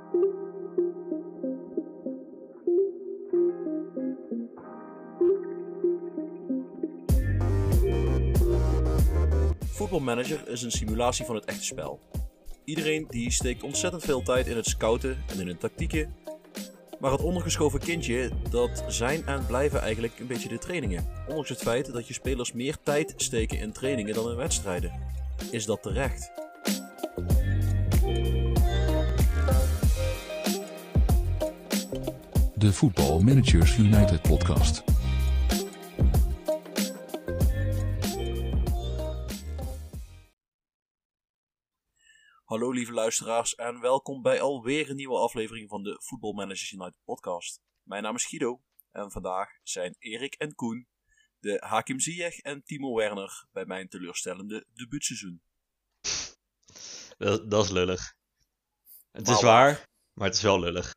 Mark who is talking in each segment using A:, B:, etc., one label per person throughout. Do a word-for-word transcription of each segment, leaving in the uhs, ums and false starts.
A: Football Manager is een simulatie van het echte spel. Iedereen die steekt ontzettend veel tijd in het scouten en in hun tactieken. Maar het ondergeschoven kindje, dat zijn en blijven eigenlijk een beetje de trainingen. Ondanks het feit dat je spelers meer tijd steken in trainingen dan in wedstrijden. Is dat terecht?
B: De Football Managers United podcast.
A: Hallo lieve luisteraars en welkom bij alweer een nieuwe aflevering van de Football Managers United podcast. Mijn naam is Guido en vandaag zijn Erik en Koen, de Hakim Ziyech en Timo Werner bij mijn teleurstellende debuutseizoen.
C: Dat, dat is lullig. Het
A: Maar
C: is waar, maar het is wel lullig.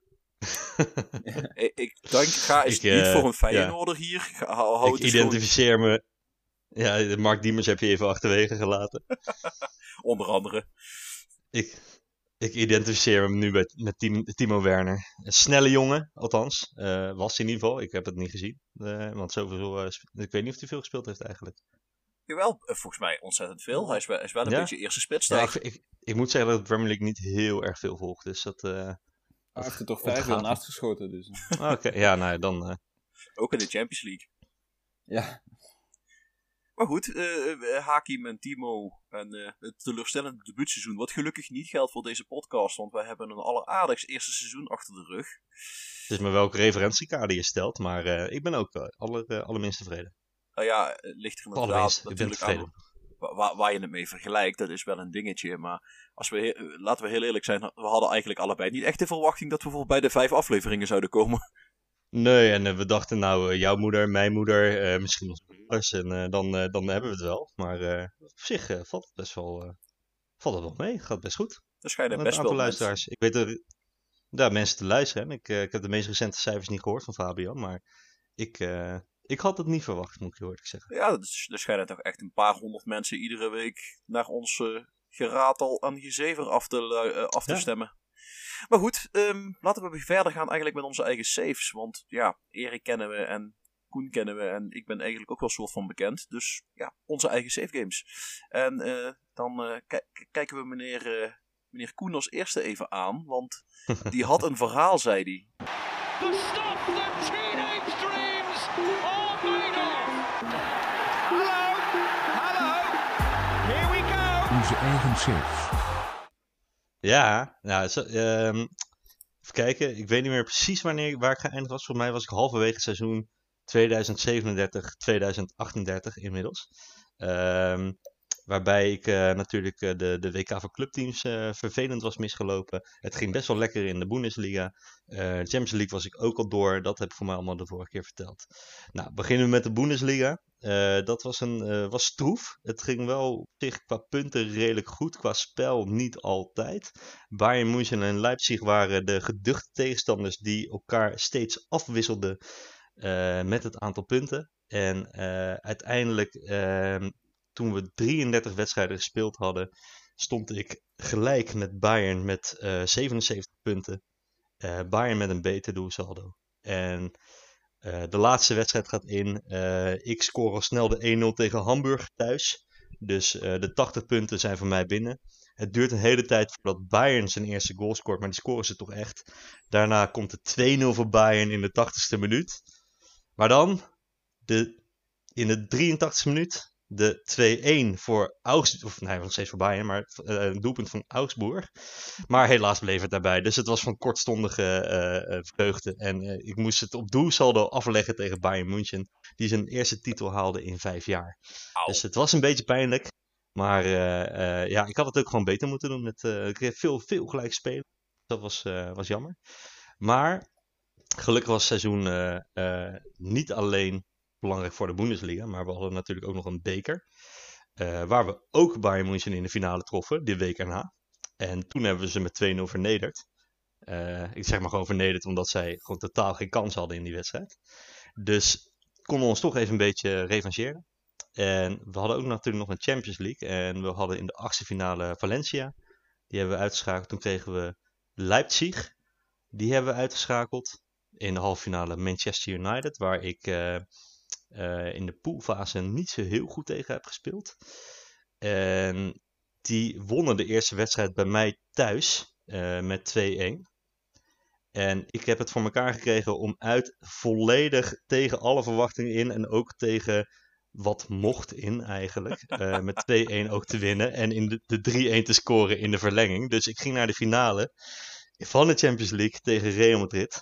A: Ja. ik, ik denk, ga eens
C: Ik,
A: niet
C: uh,
A: voor een Feyenoorder ja. hier. Ga, hou, hou
C: ik
A: het
C: identificeer
A: gewoon...
C: me... Ja, Mark Diemers heb je even achterwege gelaten.
A: Onder andere.
C: Ik, ik identificeer me nu met, met Timo, Timo Werner. Een snelle jongen, althans. Uh, was in ieder geval. Ik heb het niet gezien. Uh, want zoveel... Uh, sp- ik weet niet of hij veel gespeeld heeft eigenlijk.
A: Jawel, volgens mij ontzettend veel. Hij is wel, hij is wel een ja? beetje eerste spits daar.
C: Ja, ik, ik, ik moet zeggen dat ik Premier League niet heel erg veel volg. Dus dat... Uh,
D: Hij heeft er toch vijf jaar naast geschoten, dus.
C: Oké, okay, ja, nou dan... Uh...
A: Ook in de Champions League.
D: Ja.
A: Maar goed, uh, Hakim en Timo en uh, het teleurstellende debuutseizoen, wat gelukkig niet geldt voor deze podcast, want wij hebben een alleraardigst eerste seizoen achter de rug.
C: Het is me welke referentiekader je stelt, maar uh, ik ben ook uh, aller, uh, allerminst tevreden.
A: Nou ja, het ligt er inderdaad natuurlijk aan waar, waar je het mee vergelijkt, dat is wel een dingetje, maar als we he- laten we heel eerlijk zijn, we hadden eigenlijk allebei niet echt de verwachting dat we voorbij de vijf afleveringen zouden komen.
C: Nee, en uh, we dachten nou, uh, jouw moeder, mijn moeder, uh, misschien onze broers, en uh, dan, uh, dan hebben we het wel. Maar uh, op zich uh, valt het best wel, uh, valt het wel mee, gaat best goed.
A: Er schijnen
C: met
A: best
C: een aantal
A: wel
C: luisteraars. Ik weet er, ja, mensen te luisteren. Ik, uh, ik heb de meest recente cijfers niet gehoord van Fabian, maar ik, uh, ik had het niet verwacht, moet ik je eerlijk zeggen.
A: Ja, er schijnen toch echt een paar honderd mensen iedere week naar ons uh, geratel en gezever af te, uh, af te ja. stemmen. Maar goed, um, laten we verder gaan eigenlijk met onze eigen saves. Want ja, Erik kennen we en Koen kennen we en ik ben eigenlijk ook wel soort van bekend. Dus ja, onze eigen save games. En uh, dan uh, k- kijken we meneer, uh, meneer Koen als eerste even aan. Want die had een verhaal, zei hij.
E: The stuff that teenage dreams are made of. Hallo, hallo, here we go.
B: Onze eigen saves.
C: Ja, nou, zo, um, even kijken. Ik weet niet meer precies wanneer, waar ik geëindigd was. Voor mij was ik halverwege het seizoen tweeduizend zevenendertig tweeduizend achtendertig inmiddels. Um, waarbij ik uh, natuurlijk uh, de, de W K voor clubteams uh, vervelend was misgelopen. Het ging best wel lekker in de Bundesliga. Uh, Champions League was ik ook al door. Dat heb ik voor mij allemaal de vorige keer verteld. Nou, beginnen we met de Bundesliga. Uh, dat was, een, uh, was stroef. Het ging wel op zich qua punten redelijk goed. Qua spel niet altijd. Bayern München en Leipzig waren de geduchte tegenstanders die elkaar steeds afwisselden uh, met het aantal punten. En uh, uiteindelijk, uh, toen we drieëndertig wedstrijden gespeeld hadden, stond ik gelijk met Bayern met uh, zevenenzeventig punten. Uh, Bayern met een beter doelsaldo. En uh, de laatste wedstrijd gaat in. Uh, ik scoor al snel de een nul tegen Hamburg thuis. Dus uh, de tachtig punten zijn voor mij binnen. Het duurt een hele tijd voordat Bayern zijn eerste goal scoort, maar die scoren ze toch echt. Daarna komt de twee nul voor Bayern in de tachtigste minuut. Maar dan, de, in de drieëntachtigste minuut, de twee-een voor Augsburg, of nee, nog steeds voor Bayern, maar uh, een doelpunt van Augsburg. Maar helaas bleef het daarbij. Dus het was van kortstondige uh, uh, vreugde. En uh, ik moest het op doelsaldo afleggen tegen Bayern München, die zijn eerste titel haalde in vijf jaar. Au. Dus het was een beetje pijnlijk. Maar uh, uh, ja, ik had het ook gewoon beter moeten doen. Met, uh, ik kreeg veel, veel gelijk spelen. Dat was, uh, was jammer. Maar gelukkig was het seizoen uh, uh, niet alleen belangrijk voor de Bundesliga, maar we hadden natuurlijk ook nog een beker. Uh, waar we ook Bayern München in de finale troffen, die week erna. En toen hebben we ze met twee nul vernederd. Uh, ik zeg maar gewoon vernederd, omdat zij gewoon totaal geen kans hadden in die wedstrijd. Dus konden we ons toch even een beetje revancheren. En we hadden ook natuurlijk nog een Champions League. En we hadden in de achtste finale Valencia. Die hebben we uitgeschakeld. Toen kregen we Leipzig. Die hebben we uitgeschakeld. In de halve finale Manchester United, waar ik uh, uh, in de poolfase niet zo heel goed tegen heb gespeeld. En die wonnen de eerste wedstrijd bij mij thuis uh, met twee-een. En ik heb het voor elkaar gekregen om uit volledig tegen alle verwachtingen in en ook tegen wat mocht in eigenlijk, uh, met twee-een ook te winnen en in de, de drie-een te scoren in de verlenging. Dus ik ging naar de finale van de Champions League tegen Real Madrid.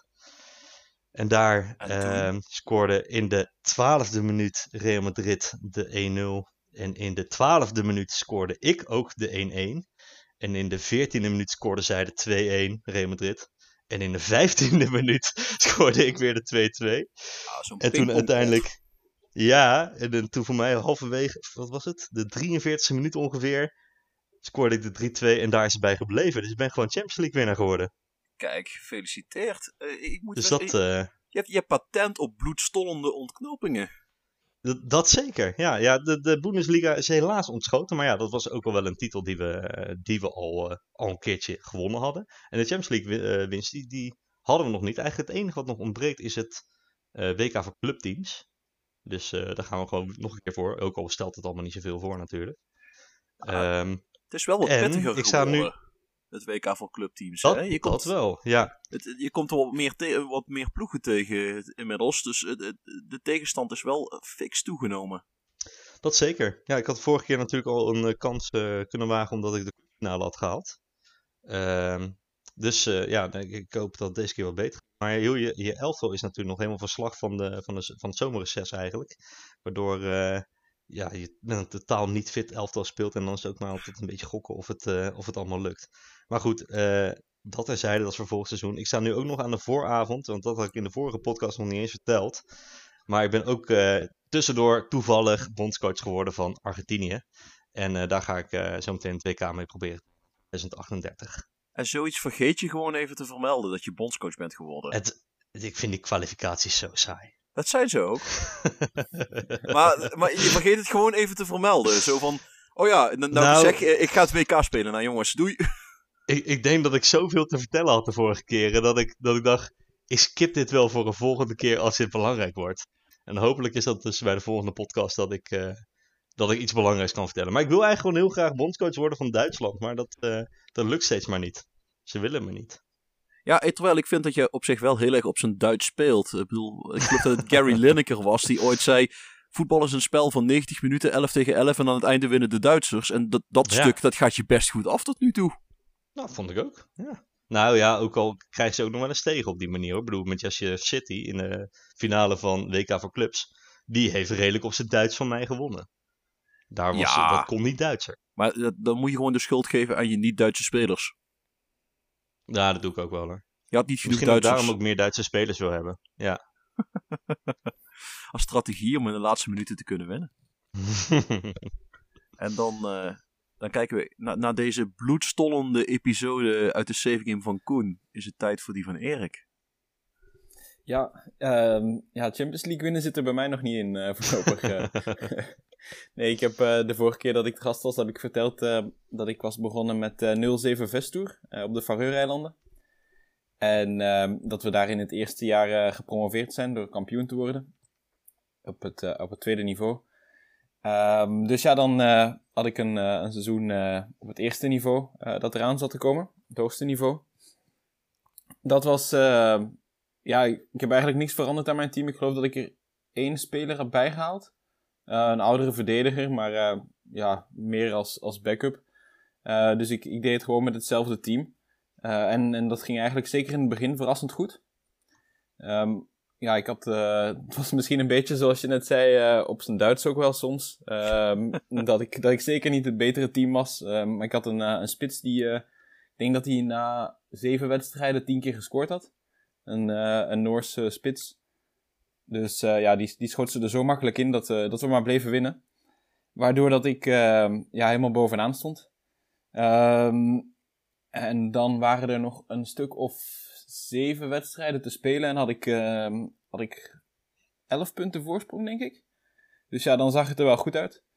C: En daar uh, scoorde in de twaalfde minuut Real Madrid de een-nul. En in de twaalfde minuut scoorde ik ook de een-een. En in de veertiende minuut scoorde zij de twee-een, Real Madrid. En in de vijftiende minuut scoorde ik weer de twee-twee.
A: Ah,
C: en toen uiteindelijk... Ja, en dan toen voor mij halverwege, wat was het? De drieënveertigste minuut ongeveer, scoorde ik de drie-twee en daar is het bij gebleven. Dus ik ben gewoon Champions League winnaar geworden.
A: Kijk, gefeliciteerd. Uh, ik moet
C: dus
A: wel,
C: dat...
A: Uh...
C: Uh,
A: je, hebt, je hebt patent op bloedstollende ontknopingen.
C: Dat, dat zeker, ja. ja de, de Bundesliga is helaas ontschoten, maar ja, dat was ook wel een titel die we, die we al, uh, al een keertje gewonnen hadden. En de Champions League uh, winst, die, die hadden we nog niet. Eigenlijk het enige wat nog ontbreekt is het uh, W K voor clubteams. Dus uh, daar gaan we gewoon nog een keer voor, ook al stelt het allemaal niet zoveel voor natuurlijk.
A: Ah, um, het is wel wat pittiger
C: ik sta nu...
A: het W K voor clubteams.
C: Dat,
A: hè? Je komt,
C: dat wel, ja.
A: Het, je komt er wat meer, te, wat meer ploegen tegen inmiddels, dus het, het, de tegenstand is wel fix toegenomen.
C: Dat zeker. Ja, ik had vorige keer natuurlijk al een uh, kans uh, kunnen wagen omdat ik de finale had gehaald. Uh, dus uh, ja, ik hoop dat het deze keer wat beter gaat. Maar joh, je, je elftal is natuurlijk nog helemaal verslag van, de, van, de, van het zomerreces eigenlijk. Waardoor uh, ja, je met een totaal niet fit elftal speelt en dan is het ook maar altijd een beetje gokken of het, uh, of het allemaal lukt. Maar goed, uh, dat terzijde, dat is voor volgend seizoen. Ik sta nu ook nog aan de vooravond, want dat had ik in de vorige podcast nog niet eens verteld. Maar ik ben ook uh, tussendoor toevallig bondscoach geworden van Argentinië. En uh, daar ga ik uh, zo meteen het W K mee proberen. twintig achtendertig.
A: En zoiets vergeet je gewoon even te vermelden, dat je bondscoach bent geworden.
C: Het, ik vind die kwalificaties zo saai.
A: Dat zijn ze ook. maar, maar je vergeet het gewoon even te vermelden. Zo van, oh ja, nou, nou zeg ik ga het W K spelen. Nou jongens, doei.
C: Ik, ik denk dat ik zoveel te vertellen had de vorige keren, dat ik, dat ik dacht, ik skip dit wel voor een volgende keer als dit belangrijk wordt. En hopelijk is dat dus bij de volgende podcast dat ik, uh, dat ik iets belangrijks kan vertellen. Maar ik wil eigenlijk gewoon heel graag bondscoach worden van Duitsland, maar dat, uh, dat lukt steeds maar niet. Ze willen me niet.
A: Ja, terwijl ik vind dat je op zich wel heel erg op zijn Duits speelt. Ik bedoel, ik geloof dat het Gary Lineker was die ooit zei, voetbal is een spel van negentig minuten, elf tegen elf en aan het einde winnen de Duitsers. En dat, dat ja. stuk, dat gaat je best goed af tot nu toe.
C: Nou, vond ik ook, ja. Nou ja, ook al krijgen ze ook nog wel eens tegen op die manier hoor. Ik bedoel, Manchester City in de finale van W K voor clubs, die heeft redelijk op zijn Duits van mij gewonnen. Daar was, ja. Dat kon niet Duitser.
A: Maar dat, dan moet je gewoon de schuld geven aan je niet-Duitse spelers.
C: Ja, dat doe ik ook wel hoor.
A: Je had niet genoeg
C: Misschien
A: Duitsers.
C: daarom ook meer Duitse spelers wil hebben. Ja.
A: Als strategie om in de laatste minuten te kunnen winnen. En dan, uh, dan kijken we na, na deze bloedstollende episode uit de save game van Koen. Is het tijd voor die van Erik.
D: Ja, um, ja, Champions League winnen zit er bij mij nog niet in uh, voorlopig. Uh. Nee, ik heb uh, de vorige keer dat ik te gast was, heb ik verteld uh, dat ik was begonnen met uh, nul zeven Vestour uh, op de Faroe-eilanden. En uh, dat we daar in het eerste jaar uh, gepromoveerd zijn door kampioen te worden. Op het, uh, op het tweede niveau. Um, dus ja, dan uh, had ik een, uh, een seizoen uh, op het eerste niveau uh, dat eraan zat te komen. Het hoogste niveau. Dat was... Uh, ja, ik heb eigenlijk niks veranderd aan mijn team. Ik geloof dat ik er één speler heb bijgehaald. Uh, een oudere verdediger, maar uh, ja, meer als, als backup. Uh, dus ik, ik deed het gewoon met hetzelfde team. Uh, en, en dat ging eigenlijk zeker in het begin verrassend goed. Um, ja, ik had... Uh, het was misschien een beetje zoals je net zei, uh, op zijn Duits ook wel soms. Um, dat, ik, dat ik zeker niet het betere team was. Um, maar ik had een, uh, een spits die... Uh, ik denk dat hij na zeven wedstrijden tien keer gescoord had. Een, uh, een Noorse spits. Dus uh, ja, die, die schoot ze er zo makkelijk in dat, uh, dat we maar bleven winnen. Waardoor dat ik uh, ja, helemaal bovenaan stond. Um, en dan waren er nog een stuk of zeven wedstrijden te spelen. En had ik, uh, had ik elf punten voorsprong, denk ik. Dus ja, dan zag het er wel goed uit.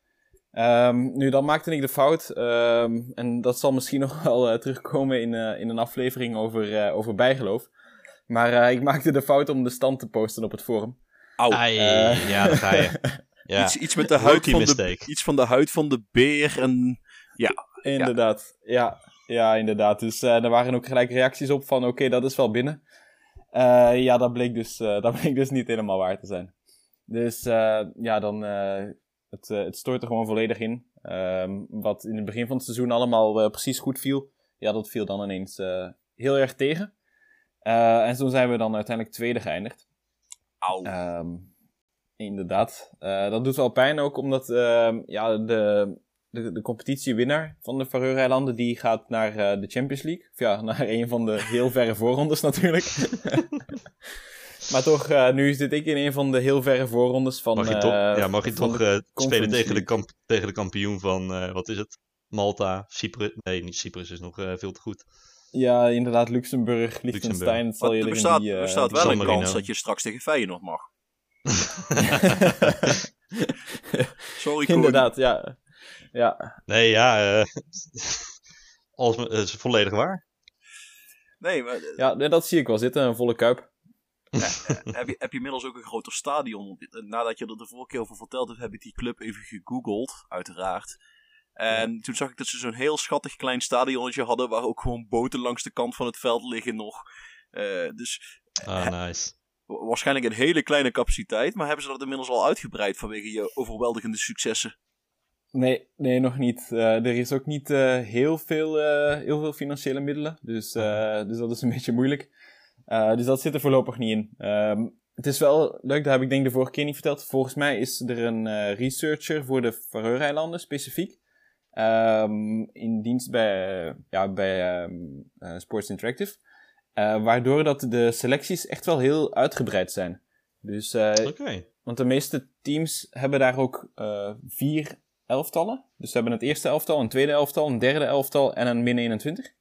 D: Um, nu, dan maakte ik de fout, um, en dat zal misschien nog wel uh, terugkomen in, uh, in een aflevering over, uh, over bijgeloof. Maar uh, ik maakte de fout om de stand te posten op het forum.
A: Au.
C: Ai,
D: Uh,
C: ja, daar ga je. Ja.
A: Iets, iets met de huid
C: Rookie
A: van de,
C: mistake.
A: iets van de huid van de beer en... Ja,
D: Inderdaad, ja. Ja, inderdaad. Dus uh, er waren ook gelijk reacties op van, oké, okay, dat is wel binnen. Uh, ja, dat bleek, dus, uh, dat bleek dus niet helemaal waar te zijn. Dus uh, ja, dan... Uh, het, uh, het stoort er gewoon volledig in. Um, wat in het begin van het seizoen allemaal uh, precies goed viel. Ja, dat viel dan ineens uh, heel erg tegen. Uh, en zo zijn we dan uiteindelijk tweede geëindigd.
A: au.
D: Um, inderdaad. Uh, dat doet wel pijn ook, omdat uh, ja, de, de, de competitiewinnaar van de Faroe-eilanden, die gaat naar uh, de Champions League. Of ja, naar een van de heel verre voorrondes natuurlijk. Maar toch, uh, nu zit ik in een van de heel verre voorrondes van...
C: Mag je
D: uh,
C: toch, ja, mag je
D: van
C: toch
D: de
C: uh, spelen
D: Conference
C: tegen de,
D: League.
C: kamp, tegen de kampioen van, uh, wat is het? Malta, Cyprus. Nee, niet Cyprus, is nog uh, veel te goed.
D: Ja, inderdaad, Luxemburg, Liechtenstein, het zal
A: Maar
D: je
A: er
D: er in
A: bestaat,
D: die, uh,
A: er bestaat
D: die
A: wel een
C: San Marino.
A: kans dat je straks tegen Feyenoord mag. Sorry, Koen.
D: Inderdaad, ja. Ja,
C: Nee, ja, uh, alles, uh, is volledig waar.
A: Nee, maar...
D: ja, dat zie ik wel zitten, een volle kuip.
A: heb, je, heb je inmiddels ook een groter stadion? Nadat je er de vorige keer over verteld hebt, heb ik die club even gegoogeld, uiteraard. En ja. Toen zag ik dat ze zo'n heel schattig klein stadionnetje hadden, waar ook gewoon boten langs de kant van het veld liggen nog. Uh, dus
C: Ah, oh, nice.
A: He, waarschijnlijk een hele kleine capaciteit, maar hebben ze dat inmiddels al uitgebreid vanwege je overweldigende successen?
D: Nee, nee, nog niet. Uh, er is ook niet uh, heel, veel, uh, heel veel financiële middelen, dus, uh, dus dat is een beetje moeilijk. Uh, dus dat zit er voorlopig niet in. Um, het is wel leuk, dat heb ik denk de vorige keer niet verteld. Volgens mij is er een uh, researcher voor de Faroe-eilanden specifiek. Um, in dienst bij, uh, ja, bij um, uh, Sports Interactive. Uh, waardoor dat de selecties echt wel heel uitgebreid zijn. Dus, uh,
C: okay.
D: Want de meeste teams hebben daar ook uh, vier elftallen. Dus ze hebben het eerste elftal, een tweede elftal, een derde elftal en een min eenentwintig.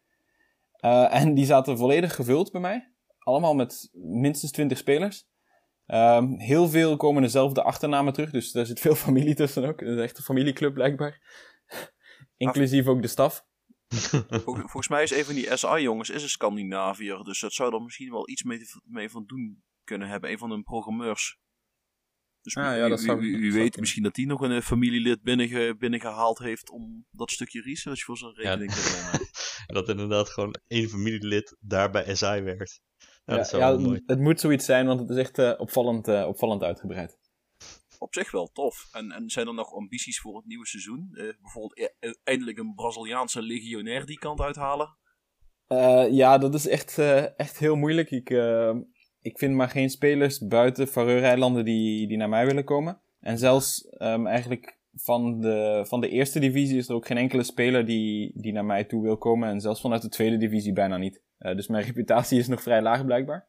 D: Uh, en die zaten volledig gevuld bij mij. Allemaal met minstens twintig spelers. Um, heel veel komen dezelfde achternamen terug. Dus daar zit veel familie tussen ook. Het is echt een familieclub blijkbaar. Inclusief ook de staf.
A: Vol, volgens mij is een van die S I-jongens is een Scandinaviër. Dus dat zou er misschien wel iets mee, mee van doen kunnen hebben. Een van hun programmeurs. Dus
D: ah,
A: wie,
D: ja, dat
A: wie,
D: zou,
A: wie, wie
D: dat
A: weet
D: zou
A: misschien dat hij nog een familielid binnenge, binnengehaald heeft om dat stukje research voor zijn rekening ja. te nemen.
C: Dat inderdaad gewoon één familielid daar bij S I werkt.
D: Ja,
C: Nou, dat is wel
D: ja,
C: mooi.
D: Het moet zoiets zijn, want het is echt uh, opvallend, uh, opvallend uitgebreid.
A: Op zich wel tof. En, en zijn er nog ambities voor het nieuwe seizoen? Uh, bijvoorbeeld e- eindelijk een Braziliaanse legionair die kant uithalen?
D: Uh, ja, dat is echt, uh, echt heel moeilijk. Ik, uh, ik vind maar geen spelers buiten Faroe-eilanden die, die naar mij willen komen. En zelfs um, eigenlijk van de, van de eerste divisie is er ook geen enkele speler die, die naar mij toe wil komen. En zelfs vanuit de tweede divisie bijna niet. Uh, dus mijn reputatie is nog vrij laag blijkbaar.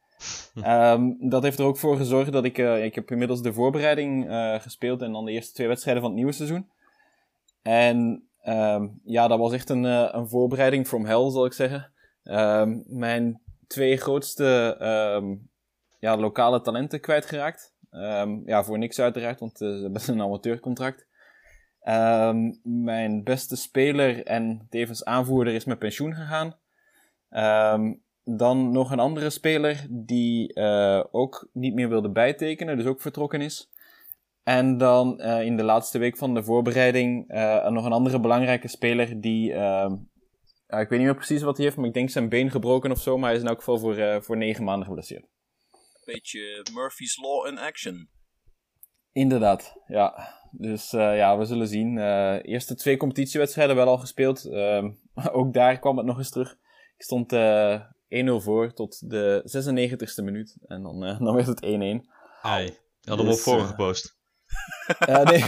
D: Um, dat heeft er ook voor gezorgd dat ik... Uh, ik heb inmiddels de voorbereiding uh, gespeeld en dan de eerste twee wedstrijden van het nieuwe seizoen. En um, ja, dat was echt een, uh, een voorbereiding from hell, zal ik zeggen. Um, mijn twee grootste um, ja, lokale talenten kwijtgeraakt. Um, ja, voor niks uiteraard, want uh, ze hebben een amateurcontract. Um, mijn beste speler en tevens aanvoerder is met pensioen gegaan. Um, dan nog een andere speler die uh, ook niet meer wilde bijtekenen, dus ook vertrokken is. En dan uh, in de laatste week van de voorbereiding uh, nog een andere belangrijke speler die... Uh, uh, ik weet niet meer precies wat hij heeft, maar ik denk zijn been gebroken of zo. Maar hij is in elk geval voor, uh, voor negen maanden geblesseerd.
A: Beetje Murphy's Law in action.
D: Inderdaad, ja. Dus uh, ja, we zullen zien. Uh, eerste twee competitiewedstrijden wel al gespeeld. Uh, ook daar kwam het nog eens terug. Ik stond uh, één nul voor tot de zesennegentigste minuut. En dan, uh, dan werd het één één.
C: Hey, je had hem op voor gepost.
D: Uh, nee.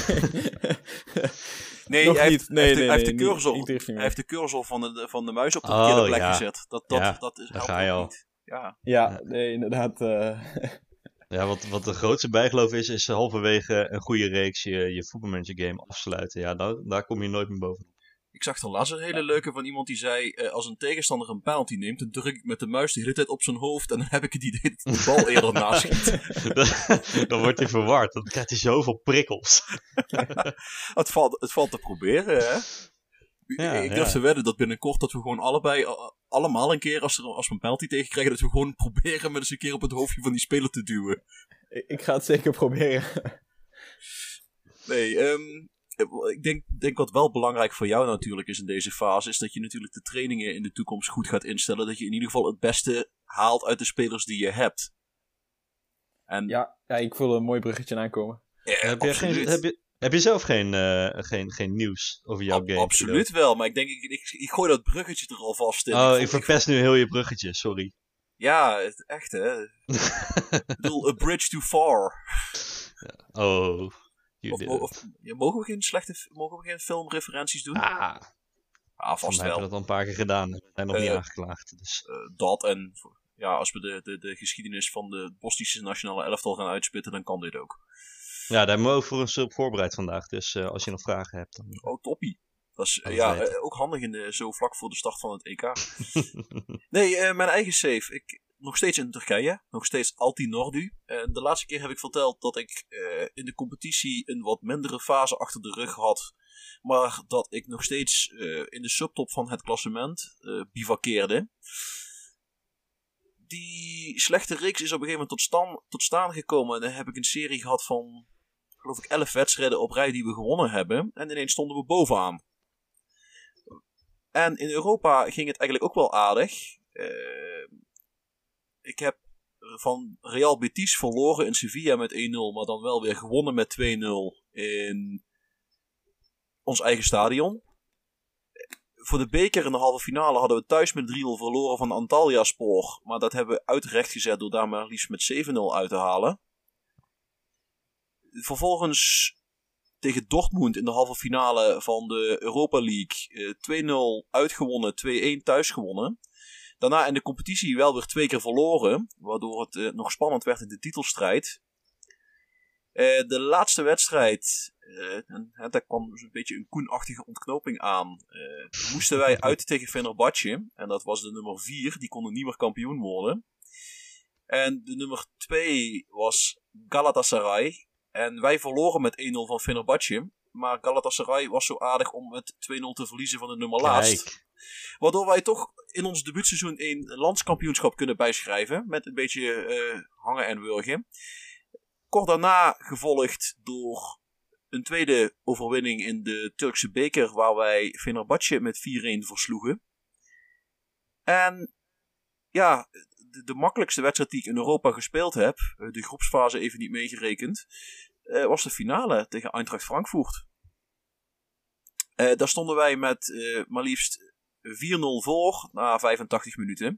A: Nee,
D: Nog
A: hij
D: niet.
A: heeft,
D: Nee,
A: hij
D: nee,
A: heeft,
D: nee,
A: de cursor,
D: niet, niet
A: hij heeft de cursor van de, van de muis op de
C: Oh,
A: verkeerde plek
C: ja.
A: gezet. Dat, dat,
C: Ja,
A: dat is
C: daar ga je al.
A: niet. Ja.
D: Ja, nee, inderdaad. Uh...
C: Ja, wat, wat de grootste bijgeloof is, is halverwege een goede reeks je, je voetbalmanager game afsluiten. Ja, daar, daar kom je nooit meer boven.
A: Ik zag er laatst een hele leuke van iemand die zei... Uh, als een tegenstander een penalty neemt, dan druk ik met de muis de hele tijd op zijn hoofd... en dan heb ik het idee dat hij de bal eerder naschiet.
C: Dan wordt hij verward. Dan krijgt hij zoveel prikkels.
A: het, valt, het valt te proberen, hè?
C: Ja,
A: ik durf
C: ja.
A: te wedden dat binnenkort dat we gewoon allebei... Uh, allemaal een keer, als, er, als we een penalty tegenkrijgen... dat we gewoon proberen met eens een keer op het hoofdje van die speler te duwen.
D: Ik ga het zeker proberen.
A: Nee, um, ik denk, denk wat wel belangrijk voor jou natuurlijk is in deze fase... is dat je natuurlijk de trainingen in de toekomst goed gaat instellen. Dat je in ieder geval het beste haalt uit de spelers die je hebt. En,
D: ja, ja, ik voel een mooi bruggetje aankomen.
A: Ja,
C: heb, je geen, heb, je, heb je zelf geen, uh, geen, geen nieuws over jouw
A: Ab-
C: game?
A: Absoluut wel, maar ik denk, ik, ik, ik gooi dat bruggetje er alvast in.
C: Oh,
A: ik,
C: ik verpest nu heel je bruggetje, sorry.
A: Ja, het, echt hè. Ik bedoel, a bridge too far.
C: Oh, you
A: Of,
C: did
A: of, of, ja, mogen we geen slechte, mogen we geen filmreferenties doen?
C: Ah,
A: ah, vast
C: we
A: wel.
C: hebben dat al een paar keer gedaan. We zijn nog uh, niet aangeklaagd. Dus.
A: Uh, dat en ja, als we de, de, de geschiedenis van de Bosnische nationale elftal gaan uitspitten, dan kan dit ook.
C: Ja, daar hebben we ook voor ons op voorbereid vandaag. Dus uh, als je nog vragen hebt, dan...
A: Oh, toppie. Dat is uh, ja, uh, ook handig in de, zo vlak voor de start van het E K. nee, uh, mijn eigen save. Ik, nog steeds in Turkije. Nog steeds Alti-Nordu. Uh, de laatste keer heb ik verteld dat ik uh, in de competitie een wat mindere fase achter de rug had. Maar dat ik nog steeds uh, in de subtop van het klassement uh, bivakkeerde. Die slechte reeks is op een gegeven moment tot, stand, tot staan gekomen. En dan heb ik een serie gehad van, geloof ik, elf wedstrijden op rij die we gewonnen hebben. En ineens stonden we bovenaan. En in Europa ging het eigenlijk ook wel aardig. Uh, ik heb van Real Betis verloren in Sevilla met één nul. Maar dan wel weer gewonnen met twee nul in ons eigen stadion. Voor de beker in de halve finale hadden we thuis met drie nul verloren van Antalyaspor. Maar dat hebben we uitrecht gezet door daar maar liefst met zeven nul uit te halen. Vervolgens tegen Dortmund in de halve finale van de Europa League. Uh, twee nul uitgewonnen, twee-één thuis gewonnen. Daarna in de competitie wel weer twee keer verloren. Waardoor het uh, nog spannend werd in de titelstrijd. Uh, de laatste wedstrijd, uh, en, uh, daar kwam dus een beetje een Koen-achtige ontknoping aan. Uh, moesten wij uit tegen Fenerbahce. En dat was de nummer vier, die konden niet meer kampioen worden. En de nummer twee was Galatasaray. En wij verloren met één nul van Fenerbahce. Maar Galatasaray was zo aardig om met twee nul te verliezen van de nummer laatst. Waardoor wij toch in ons debuutseizoen een landskampioenschap kunnen bijschrijven. Met een beetje uh, hangen en wurgen. Kort daarna gevolgd door een tweede overwinning in de Turkse beker. Waar wij Fenerbahce met vier-één versloegen. En ja, de, de makkelijkste wedstrijd die ik in Europa gespeeld heb. De groepsfase even niet meegerekend. Uh, was de finale tegen Eintracht Frankfurt. Uh, daar stonden wij met uh, maar liefst vier nul voor na vijfentachtig minuten.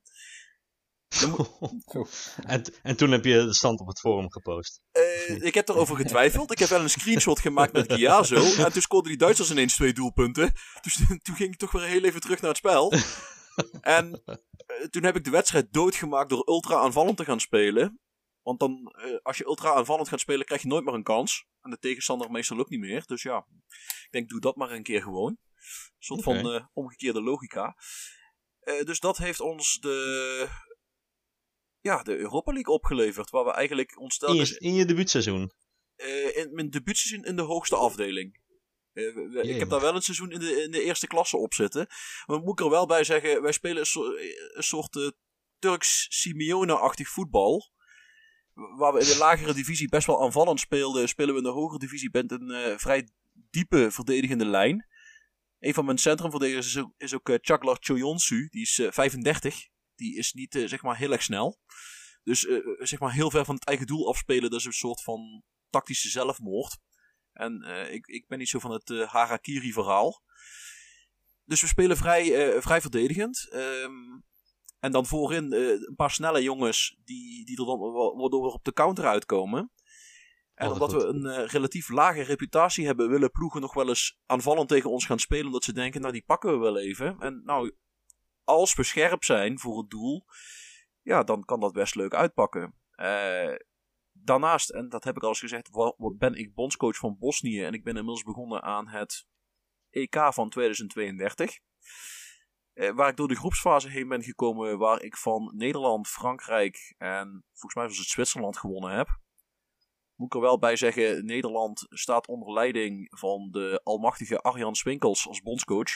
C: Mo- en, en toen heb je de stand op het forum gepost.
A: Uh, ik heb erover getwijfeld. Ik heb wel een screenshot gemaakt met Giazo. En toen scoorden die Duitsers ineens twee doelpunten. Dus toen ging ik toch weer heel even terug naar het spel. En uh, toen heb ik de wedstrijd doodgemaakt door ultra aanvallend te gaan spelen. Want dan, uh, als je ultra aanvallend gaat spelen, krijg je nooit meer een kans. En de tegenstander meestal ook niet meer. Dus ja, ik denk, doe dat maar een keer gewoon. Een soort okay. van uh, omgekeerde logica. Uh, dus dat heeft ons de, ja, de Europa League opgeleverd. Waar we eigenlijk ons telkens...
C: In je, in je debuutseizoen?
A: Uh, in mijn debuutseizoen in de hoogste afdeling. Uh, we, ik heb daar wel een seizoen in de, in de eerste klasse op zitten. Maar moet ik er wel bij zeggen, wij spelen een, so- een soort uh, Turks Simeone-achtig voetbal. Waar we in de lagere divisie best wel aanvallend speelden, spelen we in de hogere divisie met een uh, vrij diepe verdedigende lijn. Een van mijn centrumverdedigers is ook, is ook uh, Çağlar Çoyonsu, die is uh, vijfendertig. Die is niet uh, zeg maar heel erg snel. Dus uh, zeg maar heel ver van het eigen doel afspelen, dat is een soort van tactische zelfmoord. En uh, ik, ik ben niet zo van het uh, harakiri verhaal. Dus we spelen vrij, uh, vrij verdedigend. Um, En dan voorin uh, een paar snelle jongens die, die er dan waardoor we op de counter uitkomen. En oh, omdat goed. we een uh, relatief lage reputatie hebben, willen ploegen nog wel eens aanvallend tegen ons gaan spelen. Omdat ze denken, nou die pakken we wel even. En nou, als we scherp zijn voor het doel, ja, dan kan dat best leuk uitpakken. Uh, daarnaast, en dat heb ik al eens gezegd, ben ik bondscoach van Bosnië. En ik ben inmiddels begonnen aan het E K van tweeduizend tweeëndertig. Uh, waar ik door de groepsfase heen ben gekomen, waar ik van Nederland, Frankrijk en volgens mij was het Zwitserland gewonnen heb. Moet ik er wel bij zeggen, Nederland staat onder leiding van de almachtige Arjan Swinkels als bondscoach.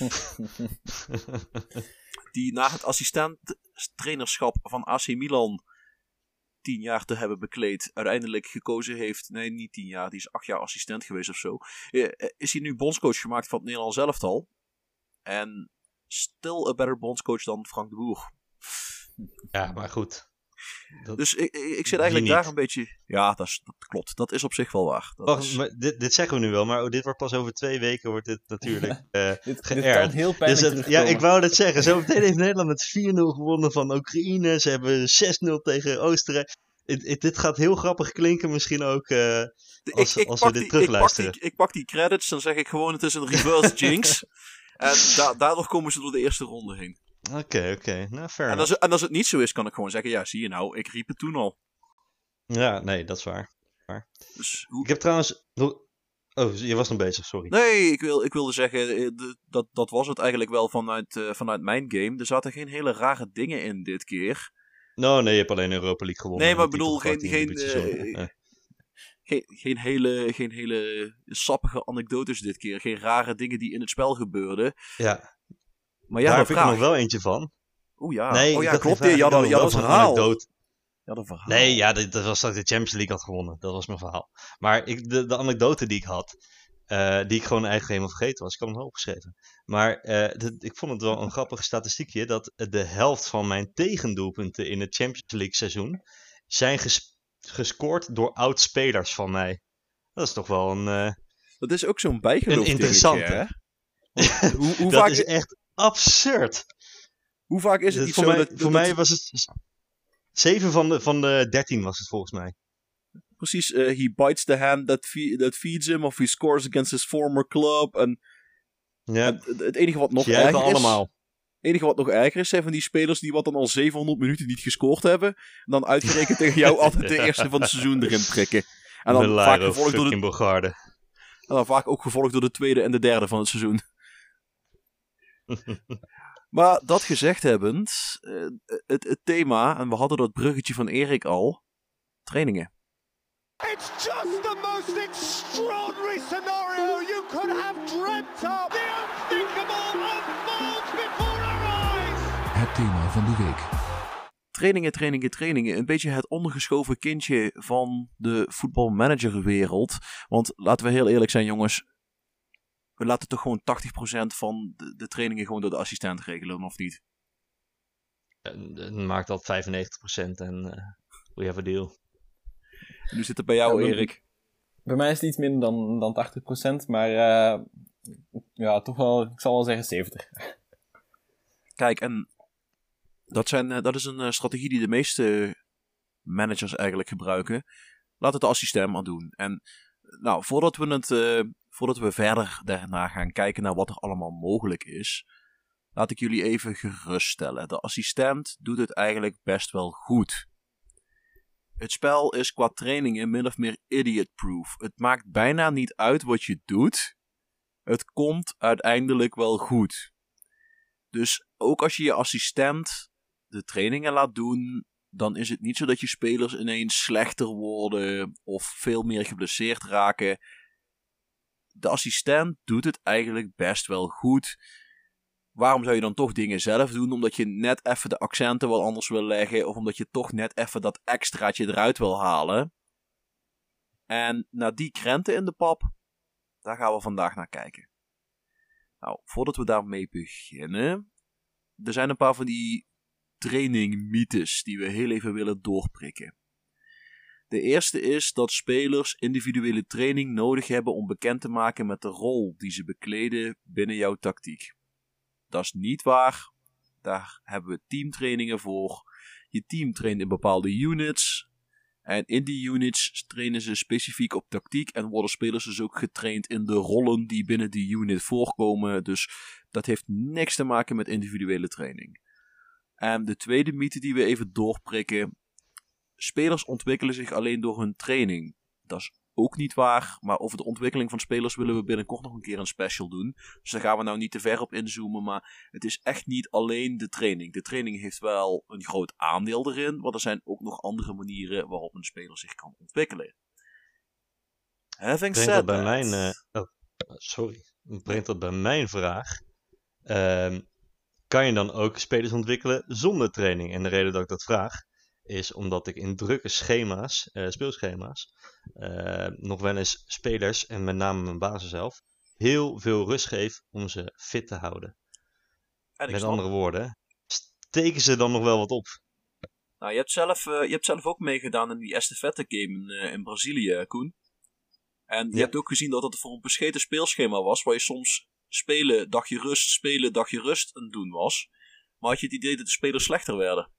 A: Die na het assistent-trainerschap van A C Milan tien jaar te hebben bekleed, uiteindelijk gekozen heeft, nee niet tien jaar, die is acht jaar assistent geweest of zo. Uh, is hij nu bondscoach gemaakt van het Nederlands elftal. En still a better bondscoach dan Frank de Boer.
C: Ja, maar goed.
A: Dat, dus ik, ik zit eigenlijk daar een beetje... Ja, dat, is, dat klopt. Dat is op zich wel waar. Dat
C: Wacht,
A: is...
C: maar dit, dit zeggen we nu wel, maar oh, dit wordt pas over twee weken wordt dit natuurlijk uh,
D: dit,
C: geërd.
D: dit kan heel pijnlijk
C: dus
D: terugkomen.
C: Ja, ik wou het zeggen. Zo meteen heeft Nederland met vier nul gewonnen van Oekraïne. Ze hebben zes nul tegen Oostenrijk. It, it, dit gaat heel grappig klinken misschien ook uh, als, ik, ik als we dit die, terugluisteren.
A: Ik pak, die, ik pak die credits, dan zeg ik gewoon het is een reverse jinx. En da- daardoor komen ze door de eerste ronde heen.
C: Oké, okay, oké. Okay. Nou, fair
A: en, als het, en als het niet zo is, kan ik gewoon zeggen, ja, zie je nou, ik riep het toen al.
C: Ja, nee, dat is waar. waar.
A: Dus, hoe...
C: Ik heb trouwens... Oh, je was nog bezig, sorry.
A: Nee, ik, wil, ik wilde zeggen, de, dat, dat was het eigenlijk wel vanuit, uh, vanuit mijn game. Er zaten geen hele rare dingen in dit keer.
C: Nou, nee, je hebt alleen Europa League gewonnen.
A: Nee, maar ik bedoel, geen, geen, uh, uh. geen, geen, hele, geen hele sappige anekdotes dit keer. Geen rare dingen die in het spel gebeurden.
C: Ja.
A: Maar ja,
C: daar heb
A: vraag.
C: ik er nog wel eentje van.
A: Oeh ja,
C: nee,
A: oh, ja
C: dat
A: klopt. Je had een, je had een verhaal.
C: Anekdote.
A: Je had een verhaal.
C: Nee, ja, dat, dat was dat ik de Champions League had gewonnen. Dat was mijn verhaal. Maar ik, de, de anekdote die ik had, uh, die ik gewoon eigenlijk helemaal vergeten was. Ik had hem wel opgeschreven. Maar uh, de, ik vond het wel een grappig statistiekje dat de helft van mijn tegendoelpunten in het Champions League seizoen zijn ges, gescoord door oud-spelers van mij. Dat is toch wel een... Uh,
A: dat is ook zo'n bijgeloof.
C: Een interessante.
A: Hè? hoe, hoe
C: dat
A: vaak
C: is echt absurd.
A: Hoe vaak is het niet
C: voor
A: zo
C: mij,
A: dat...
C: Voor
A: dat,
C: mij
A: dat...
C: was het... zeven van de, van de dertien was het volgens mij.
A: Precies, uh, he bites the hand that, fe- that feeds him of he scores against his former club. En,
C: ja.
A: en het, het enige wat nog
C: Zie
A: erger is...
C: allemaal.
A: Het enige wat nog erger is, zijn van die spelers die wat dan al zevenhonderd minuten niet gescoord hebben. En dan uitgerekend tegen jou altijd de eerste van het seizoen erin prikken. En dan, vaak gevolgd door de, en dan vaak ook gevolgd door de tweede en de derde van het seizoen. Maar dat gezegd hebbend, uh, het, het thema, en we hadden dat bruggetje van Erik al, trainingen.
E: It's just the most extraordinary scenario you could have dreamt of. The unthinkable unfolds before our eyes.
B: Het thema van de week.
A: Trainingen, trainingen, trainingen. Een beetje het ondergeschoven kindje van de voetbalmanagerwereld. Want laten we heel eerlijk zijn, jongens. We laten toch gewoon tachtig procent van de, de trainingen gewoon door de assistent regelen, of niet?
C: Het maakt al vijfennegentig procent en uh, we have a deal.
A: En hoe zit het bij jou,
D: ja,
A: Erik?
D: Bij mij is het iets minder dan, dan tachtig procent, maar uh, ja, toch wel, ik zal wel zeggen zeventig.
A: Kijk, en dat, zijn, uh, dat is een uh, strategie die de meeste managers eigenlijk gebruiken. Laat het de assistent maar doen. En nou, voordat we het... Uh, Voordat we verder daarna gaan kijken naar wat er allemaal mogelijk is, laat ik jullie even geruststellen. De assistent doet het eigenlijk best wel goed. Het spel is qua trainingen min of meer idiot-proof. Het maakt bijna niet uit wat je doet. Het komt uiteindelijk wel goed. Dus ook als je je assistent de trainingen laat doen, dan is het niet zo dat je spelers ineens slechter worden of veel meer geblesseerd raken. De assistent doet het eigenlijk best wel goed. Waarom zou je dan toch dingen zelf doen? Omdat je net even de accenten wel anders wil leggen. Of omdat je toch net even dat extraatje eruit wil halen. En naar die krenten in de pap, daar gaan we vandaag naar kijken. Nou, voordat we daarmee beginnen. Er zijn een paar van die trainingmythes die we heel even willen doorprikken. De eerste is dat spelers individuele training nodig hebben om bekend te maken met de rol die ze bekleden binnen jouw tactiek. Dat is niet waar. Daar hebben we teamtrainingen voor. Je team traint in bepaalde units. En in die units trainen ze specifiek op tactiek en worden spelers dus ook getraind in de rollen die binnen die unit voorkomen. Dus dat heeft niks te maken met individuele training. En de tweede mythe die we even doorprikken. Spelers ontwikkelen zich alleen door hun training. Dat is ook niet waar. Maar over de ontwikkeling van spelers willen we binnenkort nog een keer een special doen. Dus daar gaan we nou niet te ver op inzoomen. Maar het is echt niet alleen de training. De training heeft wel een groot aandeel erin. Maar er zijn ook nog andere manieren waarop een speler zich kan ontwikkelen. Having
C: Brengt
A: said
C: dat bij
A: that...
C: mijn... Uh, oh, sorry. Brengt dat bij mijn vraag. Uh, kan je dan ook spelers ontwikkelen zonder training? En de reden dat ik dat vraag is omdat ik in drukke schema's, uh, speelschema's, uh, nog wel eens spelers, en met name mijn basis zelf, heel veel rust geef om ze fit te houden. Met snap... andere woorden, steken ze dan nog wel wat op?
A: Nou, je hebt zelf, uh, je hebt zelf ook meegedaan in die estafette game in, uh, in Brazilië, Koen. En je ja. hebt ook gezien dat het voor een bescheten speelschema was, waar je soms spelen, dagje rust, spelen, dagje rust aan het doen was. Maar had je het idee dat de spelers slechter werden?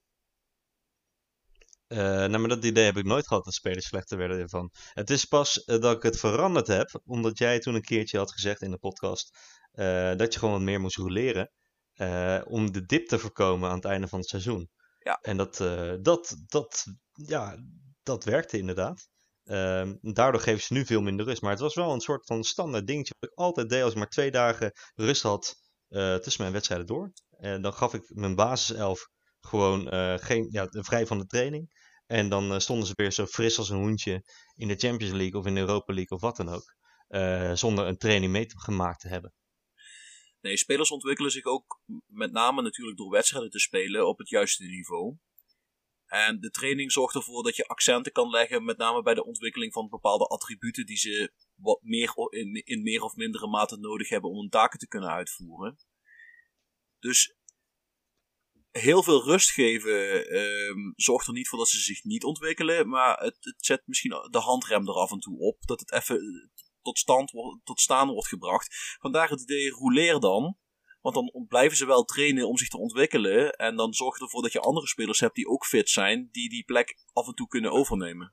C: Uh, nou, maar dat idee heb ik nooit gehad dat spelers slechter werden ervan. Het is pas uh, dat ik het veranderd heb, omdat jij toen een keertje had gezegd in de podcast uh, dat je gewoon wat meer moest roleren uh, om de dip te voorkomen aan het einde van het seizoen.
A: Ja.
C: En dat, uh, dat, dat, ja, dat werkte inderdaad. Uh, daardoor geven ze nu veel minder rust. Maar het was wel een soort van standaard dingetje wat ik altijd deed als ik maar twee dagen rust had uh, tussen mijn wedstrijden door. En dan gaf ik mijn basiself gewoon uh, geen, ja, vrij van de training. En dan uh, stonden ze weer zo fris als een hoentje in de Champions League of in de Europa League of wat dan ook. Uh, zonder een training mee te, gemaakt te hebben.
A: Nee, spelers ontwikkelen zich ook met name natuurlijk door wedstrijden te spelen op het juiste niveau. En de training zorgt ervoor dat je accenten kan leggen, met name bij de ontwikkeling van bepaalde attributen die ze wat meer in, in meer of mindere mate nodig hebben om hun taken te kunnen uitvoeren. Dus heel veel rust geven um, zorgt er niet voor dat ze zich niet ontwikkelen, maar het, het zet misschien de handrem er af en toe op, dat het even tot, stand, tot staan wordt gebracht. Vandaar het idee, rouleer dan. Want dan blijven ze wel trainen om zich te ontwikkelen. En dan zorg je ervoor dat je andere spelers hebt die ook fit zijn. Die die plek af en toe kunnen overnemen.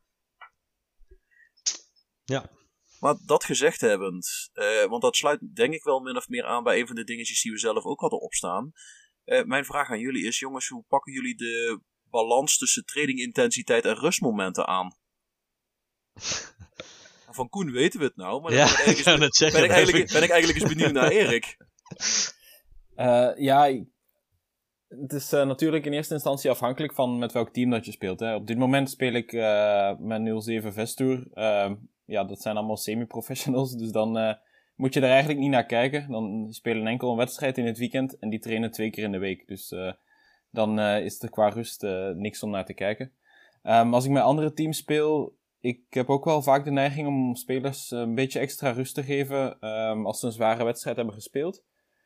C: Ja.
A: Maar dat gezegd hebbend. Uh, want dat sluit denk ik wel min of meer aan bij een van de dingetjes die we zelf ook hadden opstaan. Uh, mijn vraag aan jullie is, jongens, hoe pakken jullie de balans tussen trainingintensiteit en rustmomenten aan? Van Koen weten we het nou. Maar
C: ja,
A: ben, ik
C: ik eens, zeggen,
A: ben, ik eigenlijk, ben ik eigenlijk eens benieuwd naar Erik.
D: Uh, ja, het is uh, natuurlijk in eerste instantie afhankelijk van met welk team dat je speelt. Hè. Op dit moment speel ik uh, met nul zeven Vestour. Uh, ja, dat zijn allemaal semi-professionals, dus dan uh, moet je er eigenlijk niet naar kijken. Dan spelen enkel een wedstrijd in het weekend en die trainen twee keer in de week. Dus uh, dan uh, is er qua rust uh, niks om naar te kijken. Um, als ik met andere teams speel, ik heb ook wel vaak de neiging om spelers een beetje extra rust te geven um, als ze een zware wedstrijd hebben gespeeld.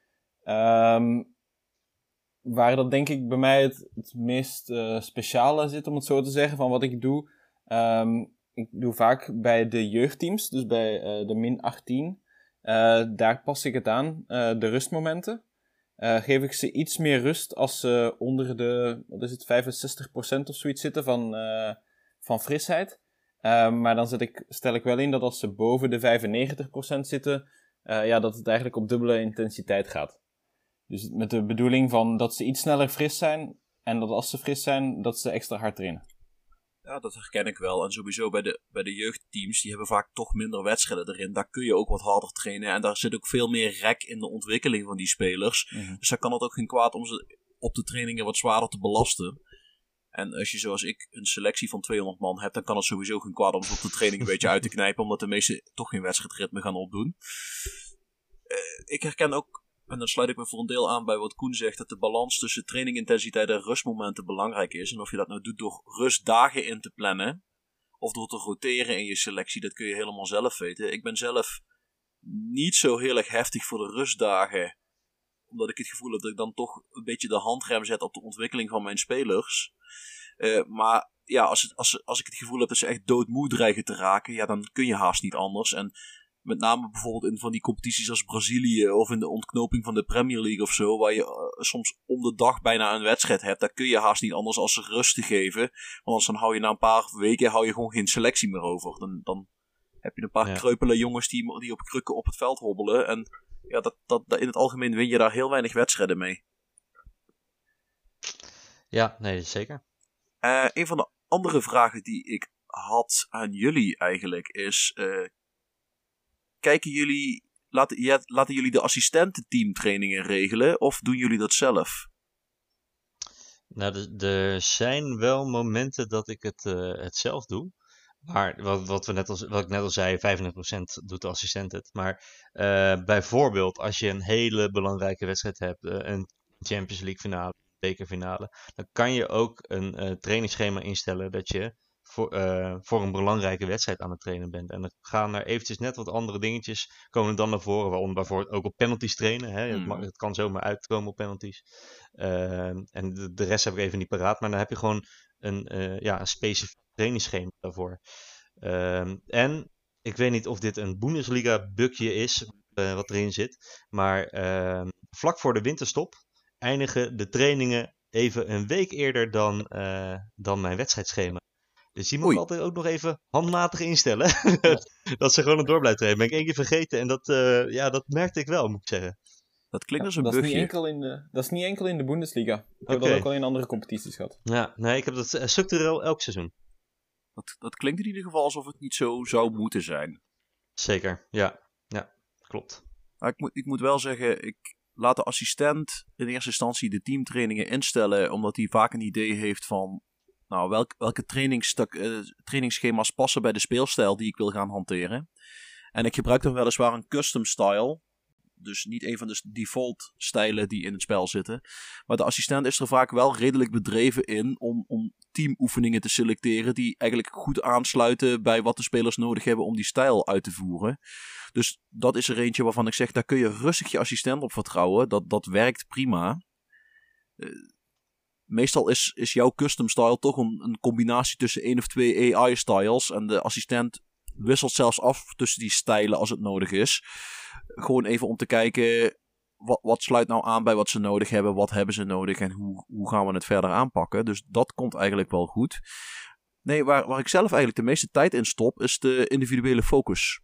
D: Um, waar dat denk ik bij mij het, het meest uh, speciale zit, om het zo te zeggen, van wat ik doe. Um, ik doe vaak bij de jeugdteams, dus bij uh, de min achttien. Uh, daar pas ik het aan, uh, de rustmomenten. Uh, geef ik ze iets meer rust als ze onder de, wat is het, vijfenzestig procent of zoiets zitten van, uh, van frisheid. Uh, maar dan zet ik, stel ik wel in dat als ze boven de vijfennegentig procent zitten, uh, ja, dat het eigenlijk op dubbele intensiteit gaat. Dus met de bedoeling van dat ze iets sneller fris zijn en dat als ze fris zijn, dat ze extra hard trainen.
A: Ja, dat herken ik wel. En sowieso bij de, bij de jeugdteams, die hebben vaak toch minder wedstrijden erin. Daar kun je ook wat harder trainen en daar zit ook veel meer rek in de ontwikkeling van die spelers. Mm-hmm. Dus daar kan het ook geen kwaad om ze op de trainingen wat zwaarder te belasten. En als je zoals ik een selectie van tweehonderd man hebt, dan kan het sowieso geen kwaad om ze op de training een beetje uit te knijpen, omdat de meesten toch geen wedstrijdritme gaan opdoen. Uh, ik herken ook, en dan sluit ik me voor een deel aan bij wat Koen zegt, dat de balans tussen trainingintensiteit en rustmomenten belangrijk is. En of je dat nou doet door rustdagen in te plannen, of door te roteren in je selectie, dat kun je helemaal zelf weten. Ik ben zelf niet zo heel erg heftig voor de rustdagen, omdat ik het gevoel heb dat ik dan toch een beetje de handrem zet op de ontwikkeling van mijn spelers. Uh, maar ja, als, het, als, als ik het gevoel heb dat ze echt doodmoe dreigen te raken, ja, dan kun je haast niet anders. En met name bijvoorbeeld in van die competities als Brazilië of in de ontknoping van de Premier League of zo, waar je uh, soms om de dag bijna een wedstrijd hebt, daar kun je haast niet anders als ze rust te geven. Want anders dan hou je na een paar weken hou je gewoon geen selectie meer over. Dan, dan heb je een paar ja. kreupele jongens die, die op krukken op het veld hobbelen. En ja, dat, dat, dat, in het algemeen win je daar heel weinig wedstrijden mee.
C: Ja, nee, zeker.
A: Uh, een van de andere vragen die ik had aan jullie eigenlijk is... Uh, kijken jullie... Laten, ja, laten jullie de assistententeamtrainingen regelen of doen jullie dat zelf?
C: Nou, er zijn wel momenten dat ik het, uh, het zelf doe. Maar wat, wat, we net al, wat ik net al zei, vijfennegentig procent doet de assistent het. Maar uh, bijvoorbeeld als je een hele belangrijke wedstrijd hebt, uh, een Champions League finale, een bekerfinale, dan kan je ook een uh, trainingsschema instellen dat je voor, uh, voor een belangrijke wedstrijd aan het trainen bent. En dan gaan er eventjes net wat andere dingetjes komen dan naar voren, waaronder bijvoorbeeld ook op penalties trainen. Hè? Mm. Het, mag, het kan zomaar uitkomen op penalties. Uh, en de, de rest heb ik even niet paraat, maar dan heb je gewoon een, uh, ja, een specifiek trainingsschema daarvoor. Uh, en ik weet niet of dit een Bundesliga-bugje is, uh, wat erin zit, maar uh, vlak voor de winterstop eindigen de trainingen even een week eerder dan, uh, dan mijn wedstrijdschema. Dus die moet ik altijd ook nog even handmatig instellen. Ja. Dat ze gewoon door blijven trainen. Ben ik één keer vergeten en dat, uh, ja, dat merkte ik wel, moet ik zeggen.
A: Dat klinkt als een
D: dat
A: bugje.
D: Is niet enkel in de, dat is niet enkel in de Bundesliga. Ik heb okay. dat ook al in andere competities gehad.
C: Ja, nee, ik heb dat uh, structureel elk seizoen.
A: Dat, dat klinkt in ieder geval alsof het niet zo zou moeten zijn.
C: Zeker, ja. Ja, klopt.
A: Maar ik, moet, ik moet wel zeggen, ik laat de assistent in eerste instantie de teamtrainingen instellen, omdat hij vaak een idee heeft van, nou, welk, welke trainingsstuk, uh, trainingsschema's passen bij de speelstijl die ik wil gaan hanteren. En ik gebruik dan weliswaar een custom style. Dus niet een van de default stijlen die in het spel zitten. Maar de assistent is er vaak wel redelijk bedreven in om, om teamoefeningen te selecteren die eigenlijk goed aansluiten bij wat de spelers nodig hebben om die stijl uit te voeren. Dus dat is er eentje waarvan ik zeg, daar kun je rustig je assistent op vertrouwen. Dat, dat werkt prima. Uh, meestal is, is jouw custom style toch een, een combinatie tussen één of twee A I-styles. En de assistent wisselt zelfs af tussen die stijlen als het nodig is. Gewoon even om te kijken, wat, wat sluit nou aan bij wat ze nodig hebben, wat hebben ze nodig en hoe, hoe gaan we het verder aanpakken. Dus dat komt eigenlijk wel goed. Nee, waar, waar ik zelf eigenlijk de meeste tijd in stop, is de individuele focus.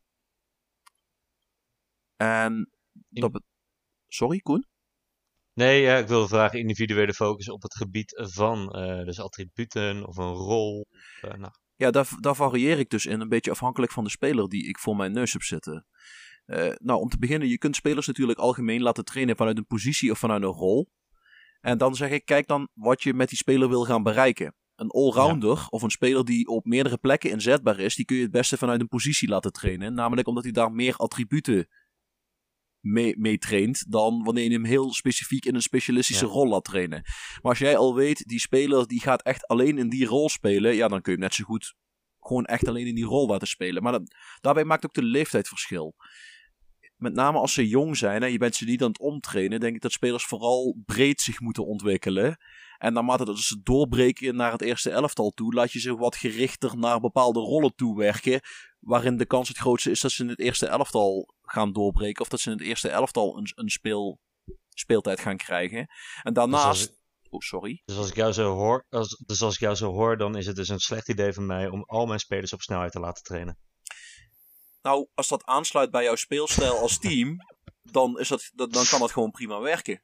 A: En dat be- Sorry, Koen?
C: Nee, ja, ik wilde vragen, individuele focus op het gebied van uh, dus attributen of een rol. Uh, nou.
A: Ja, daar, daar varieer ik dus in, een beetje afhankelijk van de speler die ik voor mijn neus heb zitten. Uh, nou, om te beginnen, je kunt spelers natuurlijk algemeen laten trainen vanuit een positie of vanuit een rol. En dan zeg ik, kijk dan wat je met die speler wil gaan bereiken. Een allrounder ja. of een speler die op meerdere plekken inzetbaar is, die kun je het beste vanuit een positie laten trainen. Namelijk omdat hij daar meer attributen mee, mee traint dan wanneer je hem heel specifiek in een specialistische ja. rol laat trainen. Maar als jij al weet, die speler die gaat echt alleen in die rol spelen, ja, dan kun je hem net zo goed gewoon echt alleen in die rol laten spelen. Maar dat, daarbij maakt ook de leeftijd verschil. Met name als ze jong zijn en je bent ze niet aan het omtrainen, denk ik dat spelers vooral breed zich moeten ontwikkelen. En naarmate dat ze doorbreken naar het eerste elftal toe, laat je ze wat gerichter naar bepaalde rollen toe werken, waarin de kans het grootste is dat ze in het eerste elftal gaan doorbreken of dat ze in het eerste elftal een, een speel, speeltijd gaan krijgen. En daarnaast... Dus ik, oh, sorry.
C: Dus als ik jou zo hoor, als, dus als ik jou zo hoor, dan is het dus een slecht idee van mij om al mijn spelers op snelheid te laten trainen.
A: Nou, als dat aansluit bij jouw speelstijl als team, dan, is dat, dan kan dat gewoon prima werken.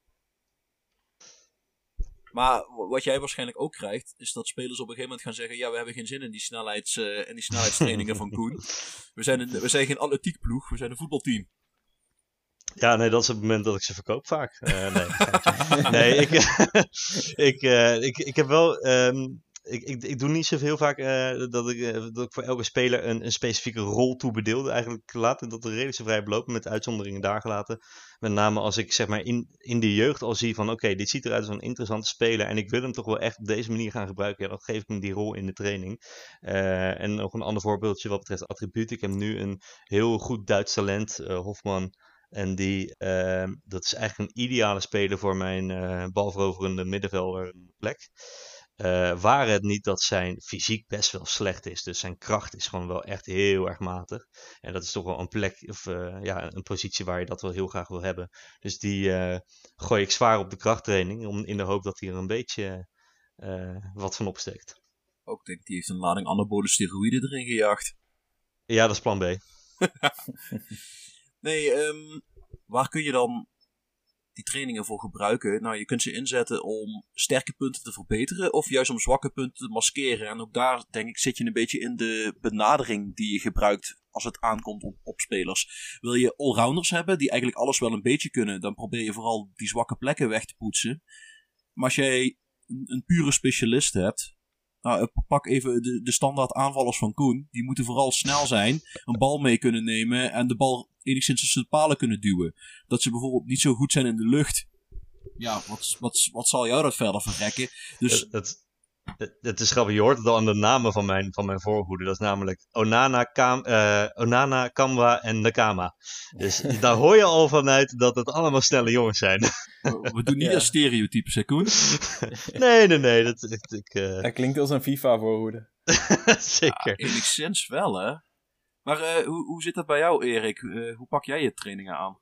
A: Maar wat jij waarschijnlijk ook krijgt, is dat spelers op een gegeven moment gaan zeggen, ja, we hebben geen zin in die, snelheids, uh, in die snelheidstrainingen van Koen. We zijn, een, we zijn geen atletiekploeg, we zijn een voetbalteam.
C: Ja, nee, dat is het moment dat ik ze verkoop vaak. Uh, nee, nee ik, ik, uh, ik, ik heb wel... Um, Ik, ik, ik doe niet zoveel vaak uh, dat, ik, uh, dat ik voor elke speler een, een specifieke rol toebedeelde. Eigenlijk laat ik dat er redelijk zo vrij belopen, met uitzonderingen daar gelaten. Met name als ik zeg maar in, in de jeugd al zie van oké, okay, dit ziet eruit als een interessante speler en ik wil hem toch wel echt op deze manier gaan gebruiken. Ja, dan geef ik hem die rol in de training. Uh, en nog een ander voorbeeldje wat betreft attributen. Ik heb nu een heel goed Duits talent, uh, Hofman. En die, uh, dat is eigenlijk een ideale speler voor mijn uh, balveroverende middenvelder plek. Uh, waar het niet dat zijn fysiek best wel slecht is. Dus zijn kracht is gewoon wel echt heel erg matig. En dat is toch wel een plek, of uh, ja, een positie waar je dat wel heel graag wil hebben. Dus die uh, gooi ik zwaar op de krachttraining. Om, in de hoop dat hij er een beetje uh, wat van opsteekt.
A: Ook denk ik, die heeft een lading anabole steroïden erin gejaagd.
C: Ja, dat is plan B.
A: Nee, um, waar kun je dan die trainingen voor gebruiken? Nou, je kunt ze inzetten om sterke punten te verbeteren of juist om zwakke punten te maskeren. En ook daar, denk ik, zit je een beetje in de benadering die je gebruikt als het aankomt op, op spelers. Wil je allrounders hebben die eigenlijk alles wel een beetje kunnen, dan probeer je vooral die zwakke plekken weg te poetsen. Maar als jij een, een pure specialist hebt, nou, pak even de, de standaard aanvallers van Koen. Die moeten vooral snel zijn, een bal mee kunnen nemen en de bal enigszins tussen de palen kunnen duwen. Dat ze bijvoorbeeld niet zo goed zijn in de lucht. Ja, wat, wat, wat zal jou dat verder verrekken? Dus...
C: Het, het, het, het is grappig, je hoort het al aan de namen van mijn, van mijn voorhoede. Dat is namelijk Onana, Kam, uh, Onana Kamwa en Nakama. Dus daar hoor je al vanuit dat het allemaal snelle jongens zijn.
A: We doen niet
D: Ja.
A: als stereotypes, hè Koen?
C: nee, nee, nee. Dat, ik, ik, uh...
D: Dat klinkt als een FIFA-voorhoede.
C: Zeker.
A: Ja, enigszins wel, hè? Maar uh, hoe, hoe zit dat bij jou, Erik? Uh, hoe pak jij je trainingen aan?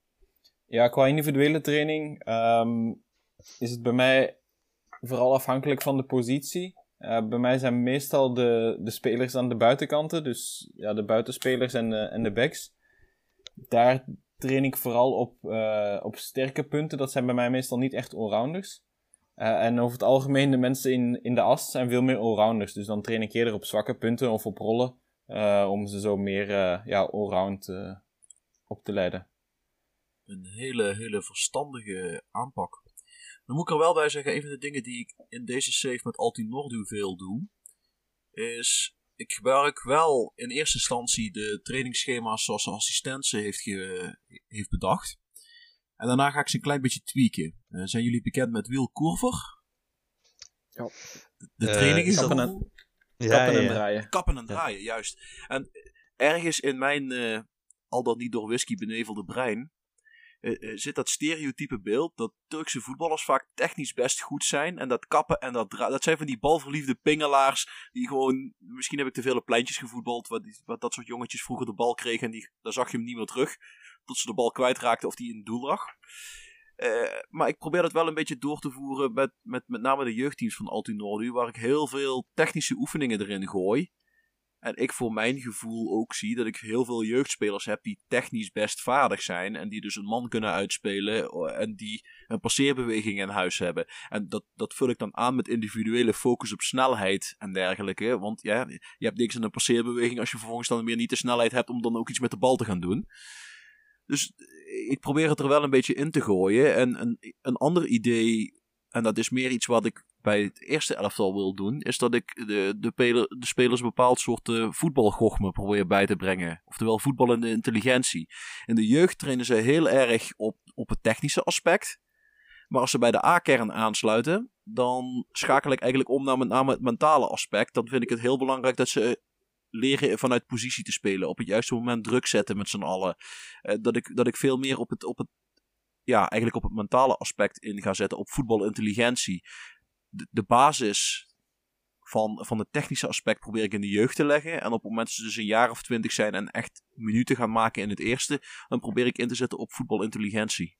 D: Ja, qua individuele training um, is het bij mij vooral afhankelijk van de positie. Uh, bij mij zijn meestal de, de spelers aan de buitenkanten, dus ja, de buitenspelers en de, en de backs. Daar train ik vooral op, uh, op sterke punten. Dat zijn bij mij meestal niet echt allrounders. Uh, en over het algemeen de mensen in, in de as zijn veel meer allrounders. Dus dan train ik eerder op zwakke punten of op rollen. Uh, om ze zo meer uh, ja, allround uh, op te leiden.
A: Een hele, hele verstandige aanpak. Dan moet ik er wel bij zeggen, een van de dingen die ik in deze save met Altinordu veel doe, is, ik gebruik wel in eerste instantie de trainingsschema's zoals de assistent ze heeft, ge, heeft bedacht. En daarna ga ik ze een klein beetje tweaken. Uh, zijn jullie bekend met Wiel Kurver?
D: Ja.
A: De, de
C: Uh,
A: training is
D: kappen
A: dat...
D: en-
C: Ja,
D: Kappen en
C: ja.
D: draaien.
A: Kappen en draaien, juist. En ergens in mijn, uh, al dan niet door whisky benevelde brein, uh, uh, zit dat stereotype beeld dat Turkse voetballers vaak technisch best goed zijn. En dat kappen en dat draaien, dat zijn van die balverliefde pingelaars die gewoon, misschien heb ik te vele pleintjes gevoetbald, wat, die, wat dat soort jongetjes vroeger de bal kregen en die, daar zag je hem niet meer terug. Tot ze de bal kwijtraakten of die in het doel lag. Uh, maar ik probeer dat wel een beetje door te voeren met, met, met name de jeugdteams van Altinordu, waar ik heel veel technische oefeningen erin gooi. En ik voor mijn gevoel ook zie dat ik heel veel jeugdspelers heb die technisch best vaardig zijn. En die dus een man kunnen uitspelen en die een passeerbeweging in huis hebben. En dat, dat vul ik dan aan met individuele focus op snelheid en dergelijke. Want ja, je hebt niks aan een passeerbeweging als je vervolgens dan weer niet de snelheid hebt om dan ook iets met de bal te gaan doen. Dus ik probeer het er wel een beetje in te gooien. En een, een ander idee, en dat is meer iets wat ik bij het eerste elftal wil doen, is dat ik de, de, peler, de spelers een bepaald soort uh, voetbalgochme probeer bij te brengen. Oftewel voetballende intelligentie. In de jeugd trainen ze heel erg op, op het technische aspect. Maar als ze bij de A-kern aansluiten, dan schakel ik eigenlijk om naar met name het mentale aspect. Dan vind ik het heel belangrijk dat ze leren vanuit positie te spelen. Op het juiste moment druk zetten met z'n allen. Uh, dat, ik, dat ik veel meer op het, op het, ja, eigenlijk op het mentale aspect in ga zetten. Op voetbalintelligentie. De, de basis van, van het technische aspect probeer ik in de jeugd te leggen. En op het moment dat ze dus een jaar of twintig zijn en echt minuten gaan maken in het eerste, dan probeer ik in te zetten op voetbalintelligentie.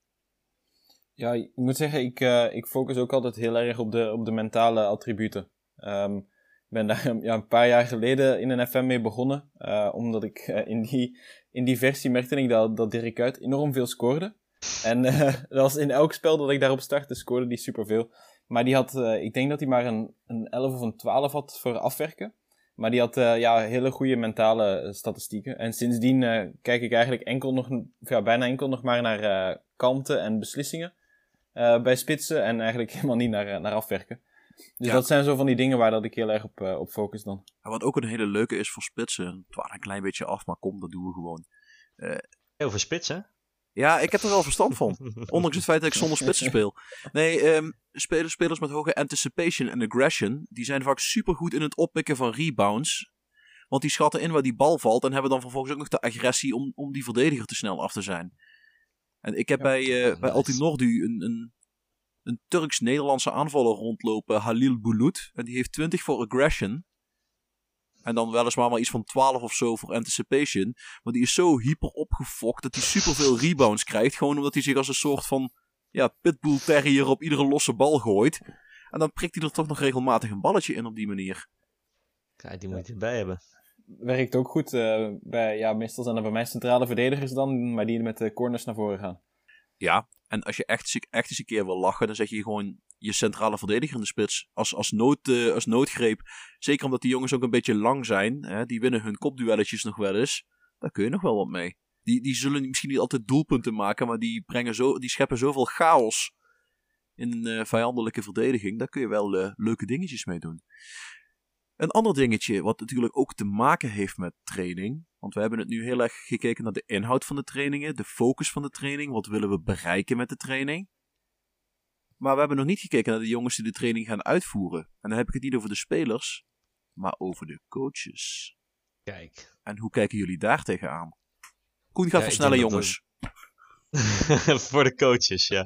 D: Ja, ik moet zeggen, ik, uh, ik focus ook altijd heel erg op de, op de mentale attributen. Um, ik ben daar ja, een paar jaar geleden in een F M mee begonnen. Uh, omdat ik uh, in, die, in die versie merkte ik dat, dat Dirk Kuyt enorm veel scoorde. En uh, dat was in elk spel dat ik daarop startte, scoorde die superveel. Maar die had, uh, ik denk dat hij maar een, een elf of een twaalf had voor afwerken. Maar die had uh, ja, hele goede mentale uh, statistieken. En sindsdien uh, kijk ik eigenlijk enkel nog, ja, bijna enkel nog maar naar uh, kalmte en beslissingen uh, bij spitsen. En eigenlijk helemaal niet naar, uh, naar afwerken. Dus
A: Ja.
D: dat zijn zo van die dingen waar dat ik heel erg op, uh, op focus dan.
A: En wat ook een hele leuke is voor spitsen, het dwaalt een klein beetje af, maar kom, dat doen we gewoon. Uh,
C: Over spitsen?
A: Ja, ik heb er wel verstand van. Ondanks het feit dat ik zonder spitsen speel. Nee, um, spelers, spelers met hoge anticipation en aggression, die zijn vaak supergoed in het oppikken van rebounds. Want die schatten in waar die bal valt en hebben dan vervolgens ook nog de agressie om, om die verdediger te snel af te zijn. En ik heb
D: Ja,
A: bij, uh,
C: nice.
A: bij Altinordu een, een, een Turks-Nederlandse aanvaller rondlopen, Halil Bulut. En die heeft twintig voor aggression. En dan weliswaar maar iets van twaalf of zo voor anticipation. Maar die is zo hyper opgefokt dat hij superveel rebounds krijgt. Gewoon omdat hij zich als een soort van ja, pitbull terrier op iedere losse bal gooit. En dan prikt hij er toch nog regelmatig een balletje in op die manier.
C: Kijk, die moet je erbij hebben.
D: Werkt ook goed. Uh, bij, ja, meestal zijn er bij mij centrale verdedigers dan, maar die met de corners naar voren gaan.
A: Ja, en als je echt, echt eens een keer wil lachen, dan zet je gewoon je centrale verdediger in de spits. Als, als, nood, uh, als noodgreep. Zeker omdat die jongens ook een beetje lang zijn. Hè, die winnen hun kopduelletjes nog wel eens. Daar kun je nog wel wat mee. Die, die zullen misschien niet altijd doelpunten maken, maar die, brengen zo, die scheppen zoveel chaos in een uh, vijandelijke verdediging. Daar kun je wel uh, leuke dingetjes mee doen. Een ander dingetje, wat natuurlijk ook te maken heeft met training. Want we hebben het nu heel erg gekeken naar de inhoud van de trainingen, de focus van de training. Wat willen we bereiken met de training? Maar we hebben nog niet gekeken naar de jongens die de training gaan uitvoeren. En dan heb ik het niet over de spelers, maar over de coaches.
C: Kijk.
A: En hoe kijken jullie daar tegenaan? Koen gaat
C: Ja,
A: versnellen, jongens.
C: Voor de coaches, ja.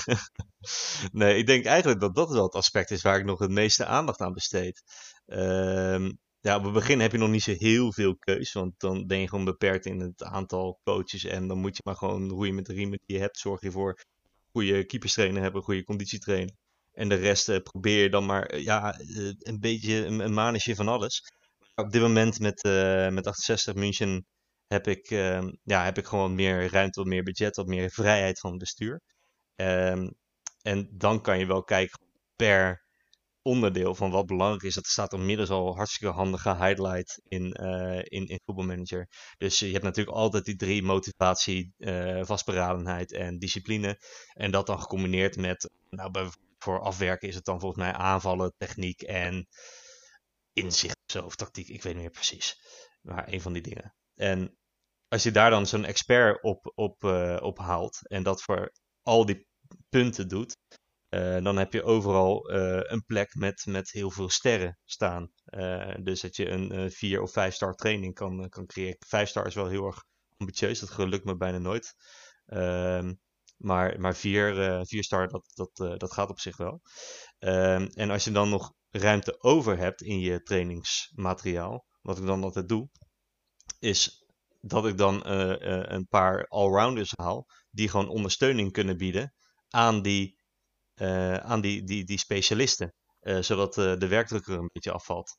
C: Nee, ik denk eigenlijk dat dat wel het aspect is waar ik nog het meeste aandacht aan besteed. Um, ja, op het begin heb je nog niet zo heel veel keus, want dan ben je gewoon beperkt in het aantal coaches en dan moet je maar gewoon roeien met de riemen die je hebt. Zorg je voor een goede keeperstrainer hebben, een goede conditietrainer. En de rest uh, probeer je dan maar uh, ja, uh, een beetje een, een manetje van alles. Op dit moment met, uh, met achtenzestig München heb ik, uh, ja, heb ik gewoon meer ruimte, wat meer budget, wat meer vrijheid van het bestuur. Um, en dan kan je wel kijken per onderdeel van wat belangrijk is. Dat staat inmiddels al hartstikke handige highlight in, uh, in, in Football Manager. Dus je hebt natuurlijk altijd die drie: motivatie, uh, vastberadenheid en discipline. En dat dan gecombineerd met, nou, bij, voor afwerken is het dan volgens mij aanvallen, techniek en inzicht of zo, of tactiek. Ik weet niet meer precies. Maar een van die dingen. En als je daar dan zo'n expert op, op, uh, op haalt en dat voor al die punten doet, Uh, dan heb je overal uh, een plek met, met heel veel sterren staan. Uh, dus dat je een uh, vier of vijf star training kan, uh, kan creëren. Vijf star is wel heel erg ambitieus, dat gelukt me bijna nooit. Uh, maar, maar vier, uh, vier star, dat, dat, uh, dat gaat op zich wel. Uh, en als je dan nog ruimte over hebt in je trainingsmateriaal, wat ik dan altijd doe, is dat ik dan uh, uh, een paar allrounders haal die gewoon ondersteuning kunnen bieden aan die Uh, aan die, die, die specialisten. Uh, zodat uh, de werkdruk er een beetje afvalt.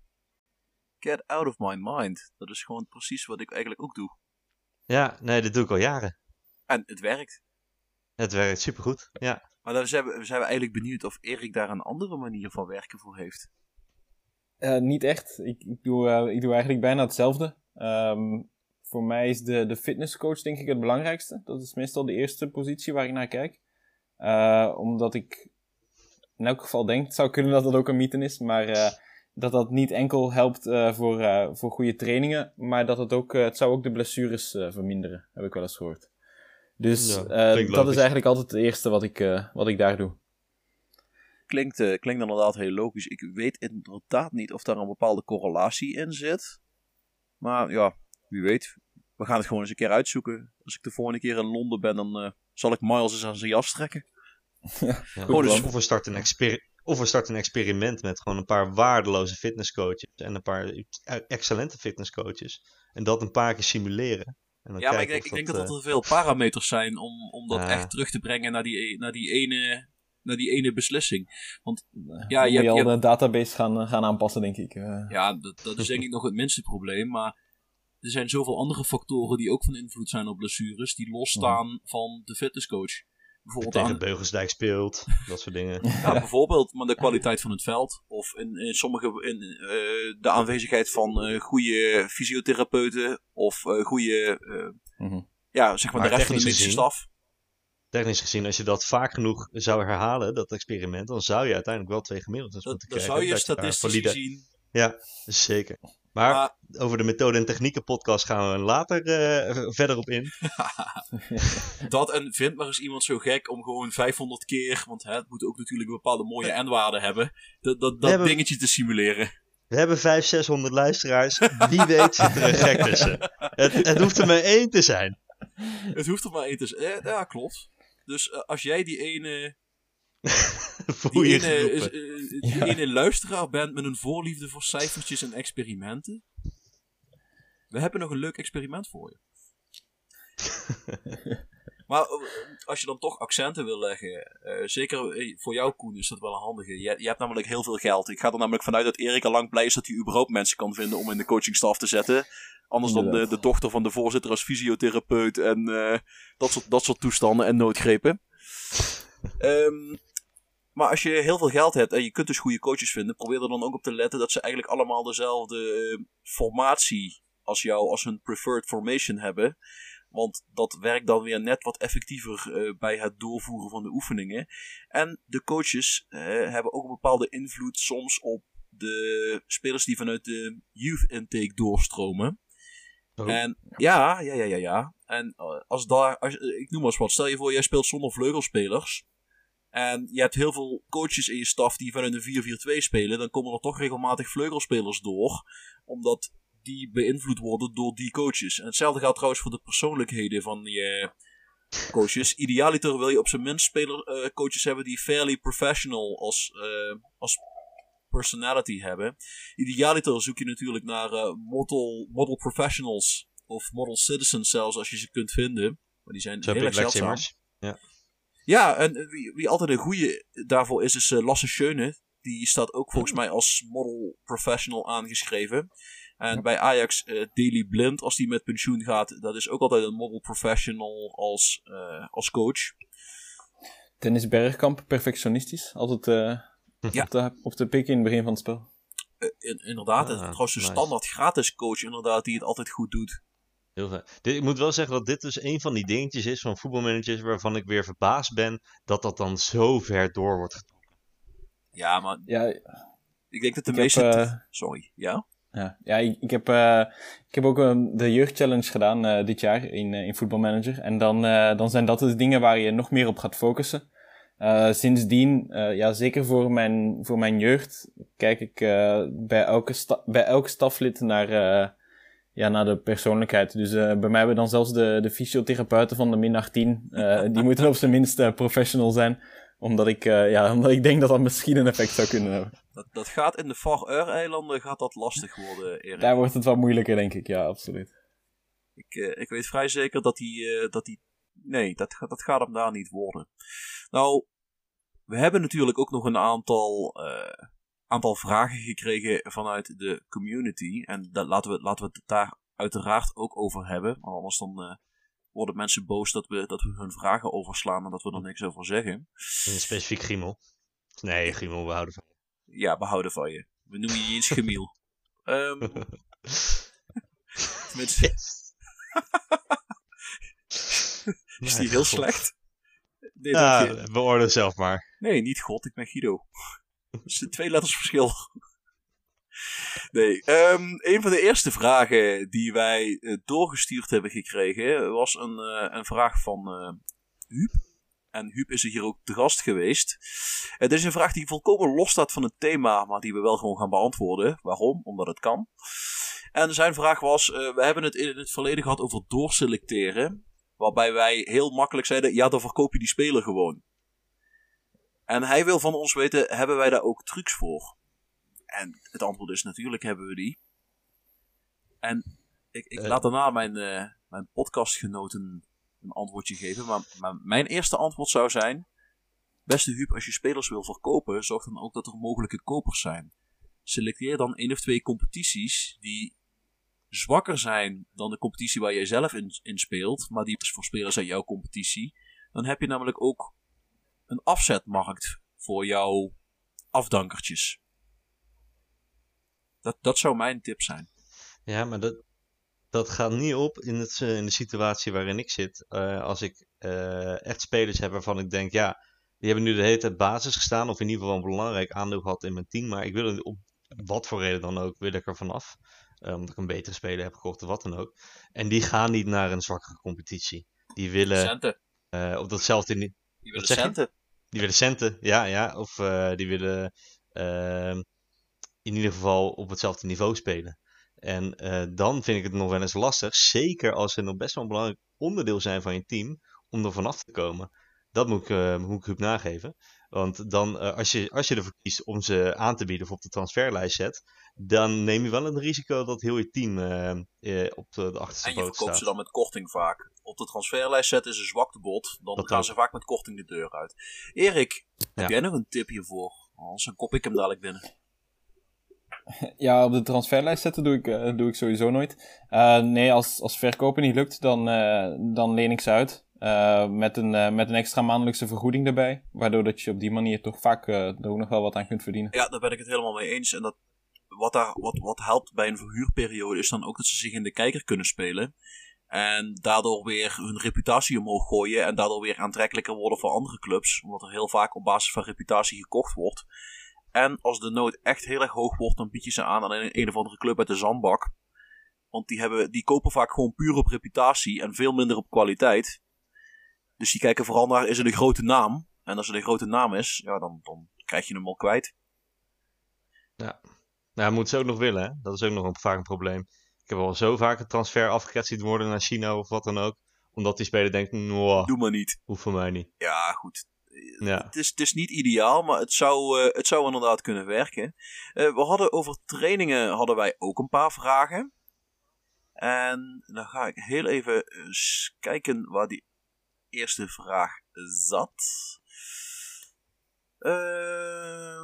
A: Get out of my mind. Dat is gewoon precies wat ik eigenlijk ook doe.
C: Ja, nee, dat doe ik al jaren.
A: En het werkt.
C: Het werkt supergoed, ja.
A: Maar dan zijn we, zijn we eigenlijk benieuwd of Erik daar een andere manier van werken voor heeft.
D: Uh, niet echt. Ik, ik, doe, uh, ik doe eigenlijk bijna hetzelfde. Um, voor mij is de, de fitnesscoach denk ik het belangrijkste. Dat is meestal de eerste positie waar ik naar kijk. Uh, omdat ik in elk geval denk, het zou kunnen dat dat ook een mythe is, maar uh, dat dat niet enkel helpt uh, voor, uh, voor goede trainingen, maar dat het ook, uh, het zou ook de blessures uh, verminderen, heb ik wel eens gehoord. Dus ja, uh, dat is eigenlijk altijd het eerste wat ik, uh, wat ik daar doe.
A: Klinkt, uh, klinkt inderdaad heel logisch. Ik weet inderdaad niet of daar een bepaalde correlatie in zit. Maar ja, wie weet. We gaan het gewoon eens een keer uitzoeken. Als ik de volgende keer in Londen ben, dan uh, zal ik Miles eens aan zijn jas trekken.
C: Ja, ja, dus of, we starten een exper- of we starten een experiment met gewoon een paar waardeloze fitnesscoaches en een paar excellente fitnesscoaches. En dat een paar keer simuleren. En dan
A: ja, maar ik denk, ik denk dat, dat er veel parameters zijn om, om dat ja. echt terug te brengen naar die, naar die, ene, naar die ene beslissing. Want
D: ja, je, je al je de database gaan, gaan aanpassen, denk ik. Uh.
A: Ja, dat, dat is denk ik nog het minste probleem, maar er zijn zoveel andere factoren die ook van invloed zijn op blessures, die losstaan mm. van de fitnesscoach.
C: Bijvoorbeeld tegen aan... Beugelsdijk speelt, dat soort dingen.
A: Ja, bijvoorbeeld, maar de kwaliteit van het veld. Of in, in sommige, in, uh, de aanwezigheid van uh, goede fysiotherapeuten. Of uh, goede, uh, mm-hmm. ja, zeg maar, maar de rest van de medische staf.
C: Technisch gezien, als je dat vaak genoeg zou herhalen, dat experiment, dan zou je uiteindelijk wel twee gemiddeldes moeten krijgen.
A: Dan zou je statistisch valide... gezien...
C: Ja, zeker. Maar, maar over de methode en technieken podcast gaan we later uh, verder op in.
A: Dat en vind maar eens iemand zo gek om gewoon vijfhonderd keer, want hè, het moet ook natuurlijk een bepaalde mooie n-waarde hebben, dat, dat, dat hebben, dingetje te simuleren.
C: We hebben vijfhonderd, zeshonderd luisteraars. Wie weet zit er een gek tussen. Het, het hoeft er maar één te zijn.
A: Het hoeft er maar één te zijn. Ja, klopt. Dus uh, als jij die ene... die ene, is, uh, die ja. ene luisteraar bent met een voorliefde voor cijfertjes en experimenten. We hebben nog een leuk experiment voor je. Maar uh, als je dan toch accenten wil leggen, uh, zeker uh, voor jou Koen is dat wel een handige. Je, je hebt namelijk heel veel geld. Ik ga er namelijk vanuit dat Erik al lang blij is dat hij überhaupt mensen kan vinden om in de coachingstaf te zetten. Anders dan de, de dochter van de voorzitter als fysiotherapeut en uh, dat, soort, dat soort toestanden en noodgrepen. Um, maar als je heel veel geld hebt en je kunt dus goede coaches vinden, probeer er dan ook op te letten dat ze eigenlijk allemaal dezelfde uh, formatie als jou, als hun preferred formation hebben. Want dat werkt dan weer net wat effectiever uh, bij het doorvoeren van de oefeningen. En de coaches uh, hebben ook een bepaalde invloed soms op de spelers die vanuit de youth intake doorstromen. Oh. En ja, ja, ja, ja, ja. En uh, als daar, als, uh, ik noem maar eens wat. Stel je voor, jij speelt zonder vleugelspelers. En je hebt heel veel coaches in je staf die vanuit een vier vier twee spelen. Dan komen er toch regelmatig vleugelspelers door. Omdat die beïnvloed worden door die coaches. En hetzelfde geldt trouwens voor de persoonlijkheden van je coaches. Idealiter wil je op zijn minst speler, uh, coaches hebben die fairly professional als, uh, als personality hebben. Idealiter zoek je natuurlijk naar uh, model, model professionals of model citizens zelfs als je ze kunt vinden. Maar die zijn heel erg zeldzaam.
C: Ja.
A: Ja, en wie, wie altijd een goede daarvoor is, is uh, Lasse Schöne. Die staat ook volgens mij als model professional aangeschreven. En ja. bij Ajax, uh, Daley Blind, als die met pensioen gaat, dat is ook altijd een model professional als, uh, als coach.
D: Dennis Bergkamp, perfectionistisch, altijd uh, ja. op, de, op de pik in het begin van het spel.
A: Uh, in, inderdaad, ja, trouwens de nice. standaard gratis coach inderdaad, die het altijd goed doet.
C: Heel fijn. Dit, ik moet wel zeggen dat dit dus een van die dingetjes is van voetbalmanagers waarvan ik weer verbaasd ben dat dat dan zo ver door wordt getrokken.
A: Ja, maar
D: ja,
A: ik denk dat de meeste... Heb, uh, Sorry, ja?
D: Ja, ja ik, ik, heb, uh, ik heb ook um, de jeugdchallenge gedaan uh, dit jaar in, uh, in Voetbalmanager. En dan, uh, dan zijn dat de dingen waar je nog meer op gaat focussen. Uh, sindsdien, uh, ja, zeker voor mijn, voor mijn jeugd, kijk ik uh, bij, elke sta- bij elk staflid naar, uh, ja, naar de persoonlijkheid. Dus uh, bij mij hebben dan zelfs de, de fysiotherapeuten van de min achttien. Uh, die moeten op zijn minst uh, professional zijn. Omdat ik, uh, ja, omdat ik denk dat dat misschien een effect zou kunnen hebben.
A: Dat, dat gaat in de Far-Eilanden gaat dat lastig worden, Erik.
D: Daar wordt het wat moeilijker, denk ik. Ja, absoluut.
A: Ik, uh, ik weet vrij zeker dat die... Uh, dat die nee, dat, dat gaat hem daar niet worden. Nou, we hebben natuurlijk ook nog een aantal, uh, aantal vragen gekregen vanuit de community. En dat, laten, we, laten we het daar uiteraard ook over hebben. Want anders dan... Uh, worden mensen boos dat we, dat we hun vragen overslaan en dat we er niks over zeggen.
C: Specifiek Giemel. Nee, Giemel, we houden van
A: je. Ja, we houden van je. We noemen je eens Gemiel. um, tenminste... Is die heel slecht? Nee,
C: ja, je... beoordeel zelf maar.
A: Nee, niet God, ik ben Guido. Dat is twee letters verschil. Nee, um, een van de eerste vragen die wij uh, doorgestuurd hebben gekregen was een, uh, een vraag van uh, Huub. En Huub is er hier ook te gast geweest. Het is een vraag die volkomen los staat van het thema, maar die we wel gewoon gaan beantwoorden. Waarom? Omdat het kan. En zijn vraag was, uh, we hebben het in het verleden gehad over doorselecteren. Waarbij wij heel makkelijk zeiden, ja, dan verkoop je die speler gewoon. En hij wil van ons weten, hebben wij daar ook trucs voor? En het antwoord is natuurlijk hebben we die. En ik, ik uh. laat daarna mijn, uh, mijn podcastgenoten een antwoordje geven. Maar, maar mijn eerste antwoord zou zijn... Beste Huub, als je spelers wil verkopen, zorg dan ook dat er mogelijke kopers zijn. Selecteer dan één of twee competities die zwakker zijn dan de competitie waar jij zelf in, in speelt. Maar die is voor spelers uit jouw competitie. Dan heb je namelijk ook een afzetmarkt voor jouw afdankertjes. Dat, dat zou mijn tip zijn.
C: Ja, maar dat, dat gaat niet op in, het, in de situatie waarin ik zit. Uh, als ik uh, echt spelers heb waarvan ik denk, ja, die hebben nu de hele tijd basis gestaan. Of in ieder geval een belangrijk aandeel gehad in mijn team. Maar ik wil er op wat voor reden dan ook, wil ik er vanaf. Uh, omdat ik een betere speler heb gekocht of wat dan ook. En die gaan niet naar een zwakkere competitie. Die willen...
A: Centen.
C: Uh, op datzelfde niveau...
A: Die willen centen.
C: Die willen centen, ja, ja. Of uh, die willen... Uh, in ieder geval op hetzelfde niveau spelen. En uh, dan vind ik het nog wel eens lastig, zeker als ze nog best wel een belangrijk onderdeel zijn van je team, om er vanaf te komen. Dat moet ik, uh, moet ik Huub nageven. Want dan, uh, als, je, als je ervoor kiest om ze aan te bieden of op de transferlijst zet, dan neem je wel een risico dat heel je team uh, uh, op de, de achterste
A: boot staat. En je verkoopt ze
C: staat.
A: dan met korting vaak. Op de transferlijst zetten is een zwaktebod, dan dat gaan ook. Ze vaak met korting de deur uit. Erik, ja. Heb jij nog een tip hiervoor? Anders dan kop ik hem dadelijk binnen.
D: Ja, op de transferlijst zetten doe ik, uh, doe ik sowieso nooit. Uh, nee, als, als verkopen niet lukt, dan, uh, dan leen ik ze uit. Uh, met, een, uh, met een extra maandelijkse vergoeding erbij. Waardoor dat je op die manier toch vaak uh, er ook nog wel wat aan kunt verdienen.
A: Ja, daar ben ik het helemaal mee eens. En dat, wat, daar, wat, wat helpt bij een verhuurperiode is dan ook dat ze zich in de kijker kunnen spelen. En daardoor weer hun reputatie omhoog gooien. En daardoor weer aantrekkelijker worden voor andere clubs. Omdat er heel vaak op basis van reputatie gekocht wordt. En als de nood echt heel erg hoog wordt, dan bied je ze aan aan een, een of andere club uit de zandbak. Want die, hebben, die kopen vaak gewoon puur op reputatie en veel minder op kwaliteit. Dus die kijken vooral naar, is het een grote naam? En als het een grote naam is, ja, dan, dan krijg je hem al kwijt.
C: Ja, nou, moet ze ook nog willen, hè? Dat is ook nog een, vaak een probleem. Ik heb al zo vaak een transfer afgeketst zien worden naar China of wat dan ook. Omdat die speler denkt, nou,
A: doe maar niet.
C: Hoeft voor mij niet.
A: Ja, goed.
C: Ja.
A: Het, is, het is niet ideaal, maar het zou, uh, het zou inderdaad kunnen werken. Uh, we hadden over trainingen hadden wij ook een paar vragen. En dan ga ik heel even eens kijken waar die eerste vraag zat. Uh,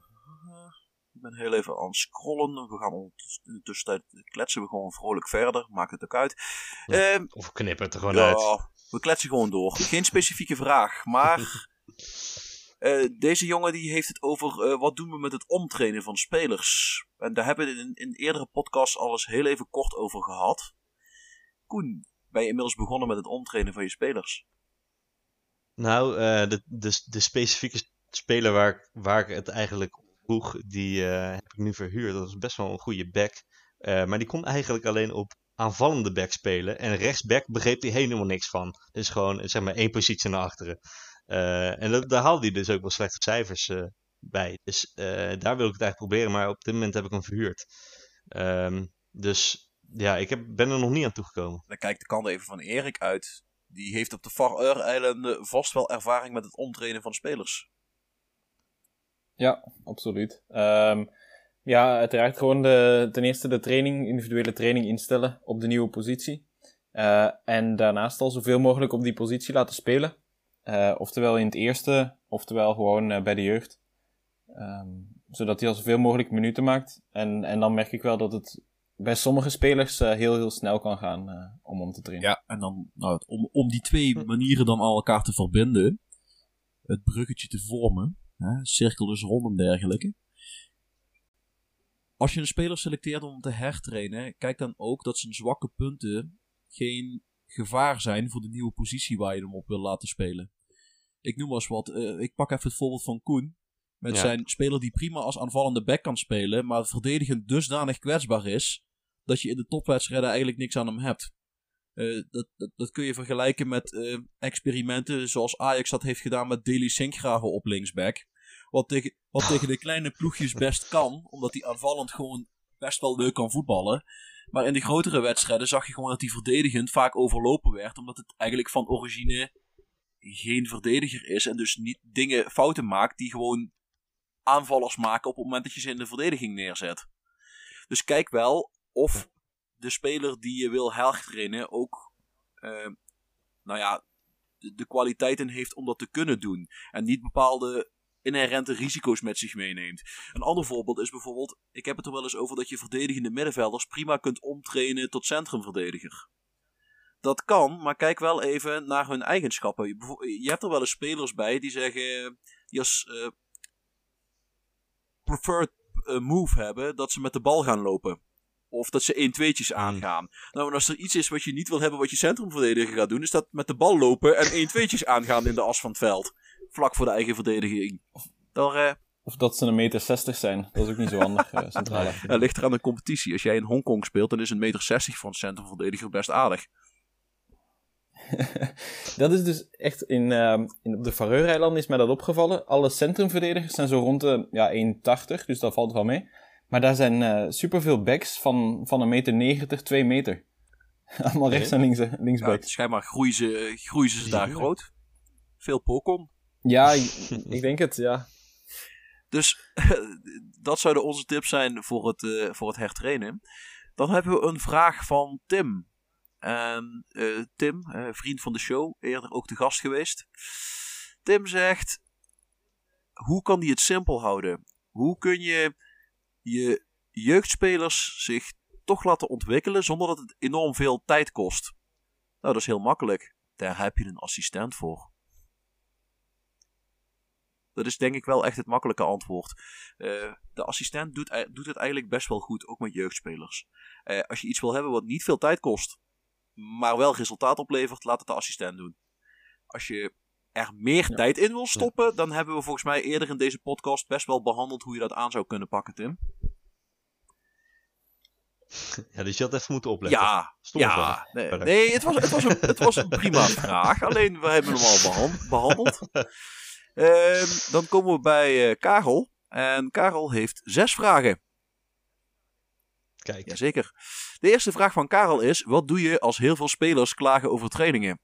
A: ik ben heel even aan het scrollen. We gaan in de tussentijd kletsen we gewoon vrolijk verder. Maakt het ook uit.
C: Ja,
A: uh,
C: of knippen het er gewoon
A: ja,
C: uit.
A: We kletsen gewoon door. Geen specifieke vraag, maar uh, deze jongen die heeft het over uh, wat doen we met het omtrainen van spelers. En daar hebben we in, in eerdere podcasts al eens heel even kort over gehad. Koen, ben je inmiddels begonnen met het omtrainen van je spelers?
C: Nou, uh, de, de, de specifieke speler waar ik, waar ik het eigenlijk op vroeg, die uh, heb ik nu verhuurd. Dat is best wel een goede back. Uh, maar die kon eigenlijk alleen op aanvallende back spelen. En rechtsback begreep hij helemaal niks van. Dus gewoon, zeg maar, één positie naar achteren. Uh, en dat, daar haalde hij dus ook wel slechte cijfers uh, bij. Dus uh, daar wil ik het eigenlijk proberen. Maar op dit moment heb ik hem verhuurd. Um, dus ja, ik heb, ben er nog niet aan toegekomen.
A: Dan kijk de kant even van Erik uit. Die heeft op de Faroe-eilanden vast wel ervaring met het omtrainen van spelers.
D: Ja, absoluut. Um, ja, uiteraard gewoon de, ten eerste de training, individuele training instellen op de nieuwe positie. Uh, en daarnaast al zoveel mogelijk op die positie laten spelen. Uh, oftewel in het eerste, oftewel gewoon uh, bij de jeugd. Um, zodat hij al zoveel mogelijk minuten maakt. En, en dan merk ik wel dat het bij sommige spelers uh, heel heel snel kan gaan uh, om om te trainen.
F: Ja, en dan nou, om, om die twee manieren dan al elkaar te verbinden. Het bruggetje te vormen. Hè, cirkel dus rond en dergelijke. Als je een speler selecteert om te hertrainen, kijk dan ook dat zijn zwakke punten geen gevaar zijn voor de nieuwe positie waar je hem op wil laten spelen. Ik noem maar eens wat. Uh, ik pak even het voorbeeld van Koen. Met ja. zijn speler die prima als aanvallende back kan spelen, maar verdedigend dusdanig kwetsbaar is, dat je in de topwedstrijden eigenlijk niks aan hem hebt. Uh, dat, dat, dat kun je vergelijken met uh, experimenten zoals Ajax dat heeft gedaan met Deli Sinkgraven op linksback. Wat tegen, wat tegen de kleine ploegjes best kan, omdat hij aanvallend gewoon best wel leuk kan voetballen. Maar in de grotere wedstrijden zag je gewoon dat hij verdedigend vaak overlopen werd, omdat het eigenlijk van origine geen verdediger is en dus niet dingen, fouten maakt die gewoon aanvallers maken op het moment dat je ze in de verdediging neerzet. Dus kijk wel of de speler die je wil hertrainen ook uh, nou ja, de, de kwaliteiten heeft om dat te kunnen doen. En niet bepaalde inherente risico's met zich meeneemt. Een ander voorbeeld is bijvoorbeeld, ik heb het er wel eens over dat je verdedigende middenvelders prima kunt omtrainen tot centrumverdediger. Dat kan, maar kijk wel even naar hun eigenschappen. Je, je hebt er wel eens spelers bij die zeggen, die als uh, preferred uh, move hebben, dat ze met de bal gaan lopen. Of dat ze één-tweetjes aangaan. Nou, en als er iets is wat je niet wil hebben wat je centrumverdediger gaat doen, is dat met de bal lopen en één-tweetjes aangaan in de as van het veld. Vlak voor de eigen verdediging. Daar, uh...
D: Of dat ze een meter zestig zijn. Dat is ook niet zo handig uh, centraal.
A: Het ligt er aan de competitie. Als jij in Hongkong speelt, dan is een meter zestig voor een centrumverdediger best aardig.
D: Dat is dus echt in, uh, in op de Faroe-eilanden is mij dat opgevallen. Alle centrumverdedigers zijn zo rond de ja, één tachtig, dus dat valt wel mee. Maar daar zijn uh, superveel backs van, van een meter negentig, twee meter. Allemaal rechts en links, linksback.
A: Ja, schijnbaar groeien ze, groeien ze daar ja. groot. Veel pokon.
D: Ja, ik, ik denk het, ja.
A: Dus dat zouden onze tips zijn voor het, uh, voor het hertrainen. Dan hebben we een vraag van Tim. En uh, Tim, uh, vriend van de show, eerder ook te gast geweest. Tim zegt, hoe kan hij het simpel houden? Hoe kun je je jeugdspelers zich toch laten ontwikkelen zonder dat het enorm veel tijd kost? Nou, dat is heel makkelijk. Daar heb je een assistent voor. Dat is denk ik wel echt het makkelijke antwoord. Uh, de assistent doet, doet het eigenlijk best wel goed, ook met jeugdspelers. Uh, als je iets wil hebben wat niet veel tijd kost, maar wel resultaat oplevert, laat het de assistent doen. Als je er meer ja. tijd in wil stoppen, ja. dan hebben we volgens mij eerder in deze podcast best wel behandeld hoe je dat aan zou kunnen pakken, Tim.
C: Ja, dus je had even moeten opletten.
A: Ja, ja nee, nee het, was, het, was een, het was een prima vraag. Alleen, we hebben hem al behand, behandeld. Uh, dan komen we bij uh, Karel. En Karel heeft zes vragen.
C: Kijk.
A: Jazeker. De eerste vraag van Karel is: wat doe je als heel veel spelers klagen over trainingen?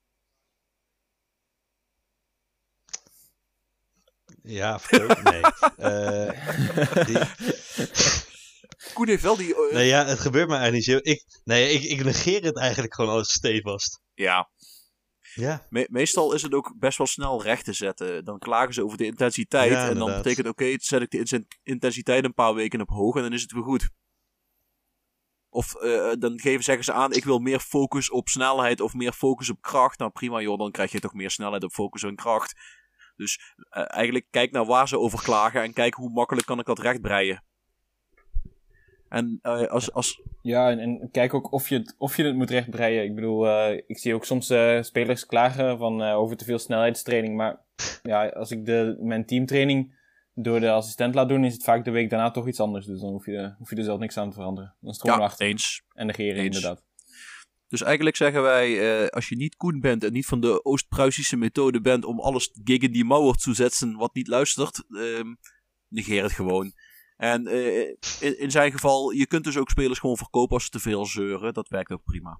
C: Ja, vertel. Nee. uh, die...
A: Koen heeft wel die... Uh...
C: Nee, ja, het gebeurt me eigenlijk niet zo. Ik, nee, ik, ik negeer het eigenlijk gewoon als het stevast.
A: Ja.
C: Ja.
A: Me- meestal is het ook best wel snel recht te zetten. Dan klagen ze over de intensiteit.
C: Ja,
A: en dan betekent oké, okay, zet ik de in- intensiteit een paar weken op hoog en dan is het weer goed. Of uh, dan geven, zeggen ze aan, ik wil meer focus op snelheid of meer focus op kracht. Nou prima joh, dan krijg je toch meer snelheid op focus en kracht. Dus uh, eigenlijk kijk naar waar ze over klagen en kijk hoe makkelijk kan ik dat rechtbreien. En uh, als... als...
D: Ja, en, en kijk ook of je, het, of je het moet rechtbreien. Ik bedoel, uh, ik zie ook soms uh, spelers klagen van, uh, over te veel snelheidstraining. Maar ja, als ik de, mijn teamtraining door de assistent laat doen, is het vaak de week daarna toch iets anders. Dus dan hoef je, uh, hoef je er zelf niks aan te veranderen. Dan is het gewoon
A: ja,
D: achter.
A: eens.
D: En negeren eens. Inderdaad.
A: Dus eigenlijk zeggen wij, uh, als je niet Koen bent en niet van de Oost-Pruisische methode bent om alles gegen die Mauer te zetten wat niet luistert, uh, negeer het gewoon. En uh, in, in zijn geval, je kunt dus ook spelers gewoon verkopen als ze te veel zeuren. Dat werkt ook prima.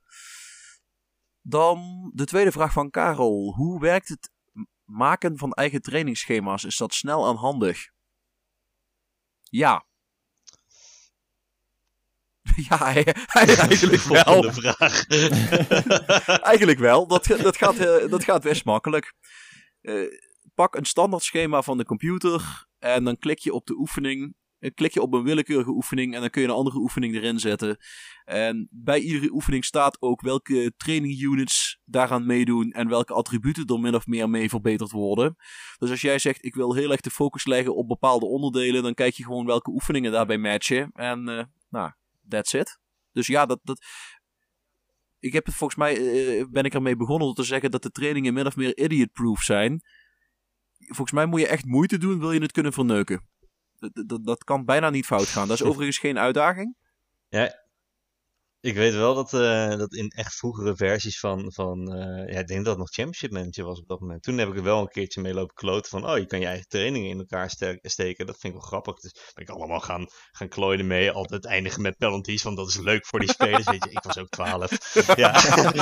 A: Dan de tweede vraag van Karel. Hoe werkt het maken van eigen trainingsschema's? Is dat snel en handig? Ja. Ja, hij, hij, eigenlijk wel.
C: De vraag.
A: Eigenlijk wel. Dat, dat, gaat, dat gaat best makkelijk. Uh, pak een standaard schema van de computer en dan klik je op de oefening. Klik je op een willekeurige oefening en dan kun je een andere oefening erin zetten. En bij iedere oefening staat ook welke training units daaraan meedoen en welke attributen er min of meer mee verbeterd worden. Dus als jij zegt ik wil heel erg de focus leggen op bepaalde onderdelen, dan kijk je gewoon welke oefeningen daarbij matchen. En uh, nou, that's it. Dus ja, dat... dat ik heb het volgens mij, uh, ben ik ermee begonnen om te zeggen dat de trainingen min of meer idiot-proof zijn. Volgens mij moet je echt moeite doen, wil je het kunnen verneuken. Dat, dat, dat kan bijna niet fout gaan. Dat is overigens geen uitdaging.
C: Ja, ik weet wel dat, uh, dat in echt vroegere versies van, van uh, ja, ik denk dat het nog Championship Manager was op dat moment. Toen heb ik er wel een keertje mee lopen kloten van, oh, je kan je eigen trainingen in elkaar ste- steken. Dat vind ik wel grappig. Dus ben ik allemaal gaan, gaan klooien mee. Altijd eindigen met penalties, want dat is leuk voor die spelers. Weet je, ik was ook twaalf. Ja.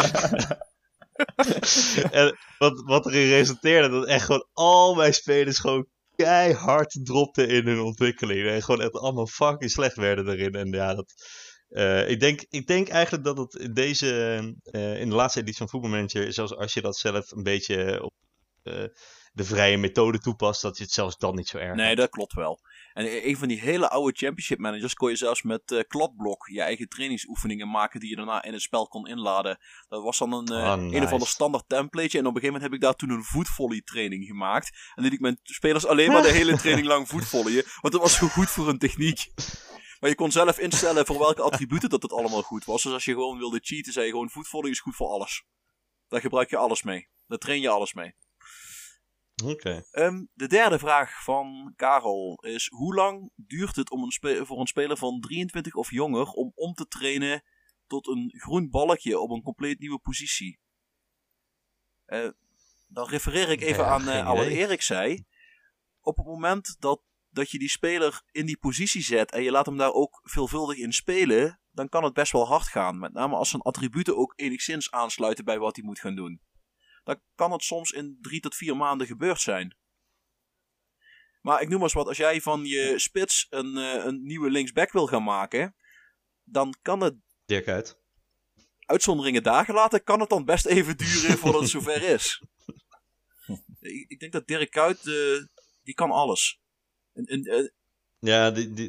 C: En wat, wat erin resulteerde, dat echt gewoon al mijn spelers gewoon keihard dropten in hun ontwikkeling. En gewoon echt allemaal fucking slecht werden erin. En ja, dat... Uh, ik, denk, ik denk eigenlijk dat het in deze... Uh, in de laatste editie van Football Manager, zelfs als je dat zelf een beetje op uh, de vrije methode toepast, dat je het zelfs dan niet zo erg
A: Nee,
C: hebt.
A: dat klopt wel. En een van die hele oude Championship Managers kon je zelfs met uh, kladblok je eigen trainingsoefeningen maken die je daarna in het spel kon inladen. Dat was dan een, uh,
C: oh, nice.
A: een of ander standaard templateje. En op een gegeven moment heb ik daar toen een voetvolley training gemaakt. En liet ik mijn spelers alleen maar de hele training lang voetvolleyen. Want dat was zo goed voor hun techniek. Maar je kon zelf instellen voor welke attributen dat het allemaal goed was. Dus als je gewoon wilde cheaten, zei je gewoon voetvolley is goed voor alles. Daar gebruik je alles mee. Daar train je alles mee.
C: Oké. Okay.
A: Um, de derde vraag van Karel is: hoe lang duurt het om een spe- voor een speler van drieëntwintig of jonger om om te trainen tot een groen balkje op een compleet nieuwe positie? Uh, dan refereer ik even ja, aan uh, wat Erik zei. Op het moment dat, dat je die speler in die positie zet en je laat hem daar ook veelvuldig in spelen, dan kan het best wel hard gaan. Met name als zijn attributen ook enigszins aansluiten bij wat hij moet gaan doen. Dan kan het soms in drie tot vier maanden gebeurd zijn. Maar ik noem maar eens wat, als jij van je spits een, uh, een nieuwe linksback wil gaan maken, dan kan het...
C: Dirk uit.
A: Uitzonderingen dagen laten, kan het dan best even duren voordat het zover is. ik, ik denk dat Dirk Kuyt, uh, die kan alles. En, en, uh...
C: Ja, die, die,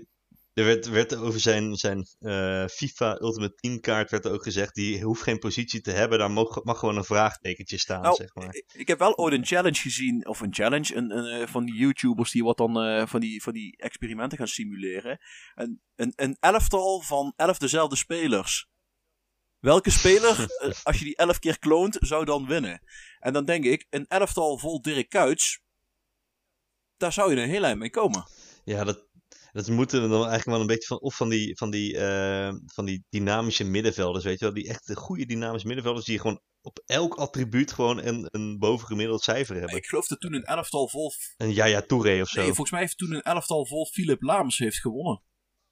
C: Er werd, werd over zijn, zijn uh, FIFA Ultimate Team kaart werd er ook gezegd, die hoeft geen positie te hebben, daar mag, mag gewoon een vraagtekentje staan,
A: nou,
C: zeg maar.
A: Ik, ik heb wel ooit een challenge gezien, of een challenge, een, een, van die YouTubers die wat dan uh, van, die, van die experimenten gaan simuleren. Een, een, een elftal van elf dezelfde spelers. Welke speler, uh, als je die elf keer kloont, zou dan winnen? En dan denk ik, een elftal vol Dirk Kuyts, daar zou je een heel eind mee komen.
C: Ja, dat, dat moeten we dan eigenlijk wel een beetje van, of van die, van die, uh, van die dynamische middenvelders, weet je wel, die echt de goede dynamische middenvelders die gewoon op elk attribuut gewoon een, een bovengemiddeld cijfer hebben.
A: Ik geloof dat toen een elftal vol...
C: Een Yaya Touré of zo.
A: Nee, volgens mij heeft toen een elftal vol Philip Laams heeft gewonnen.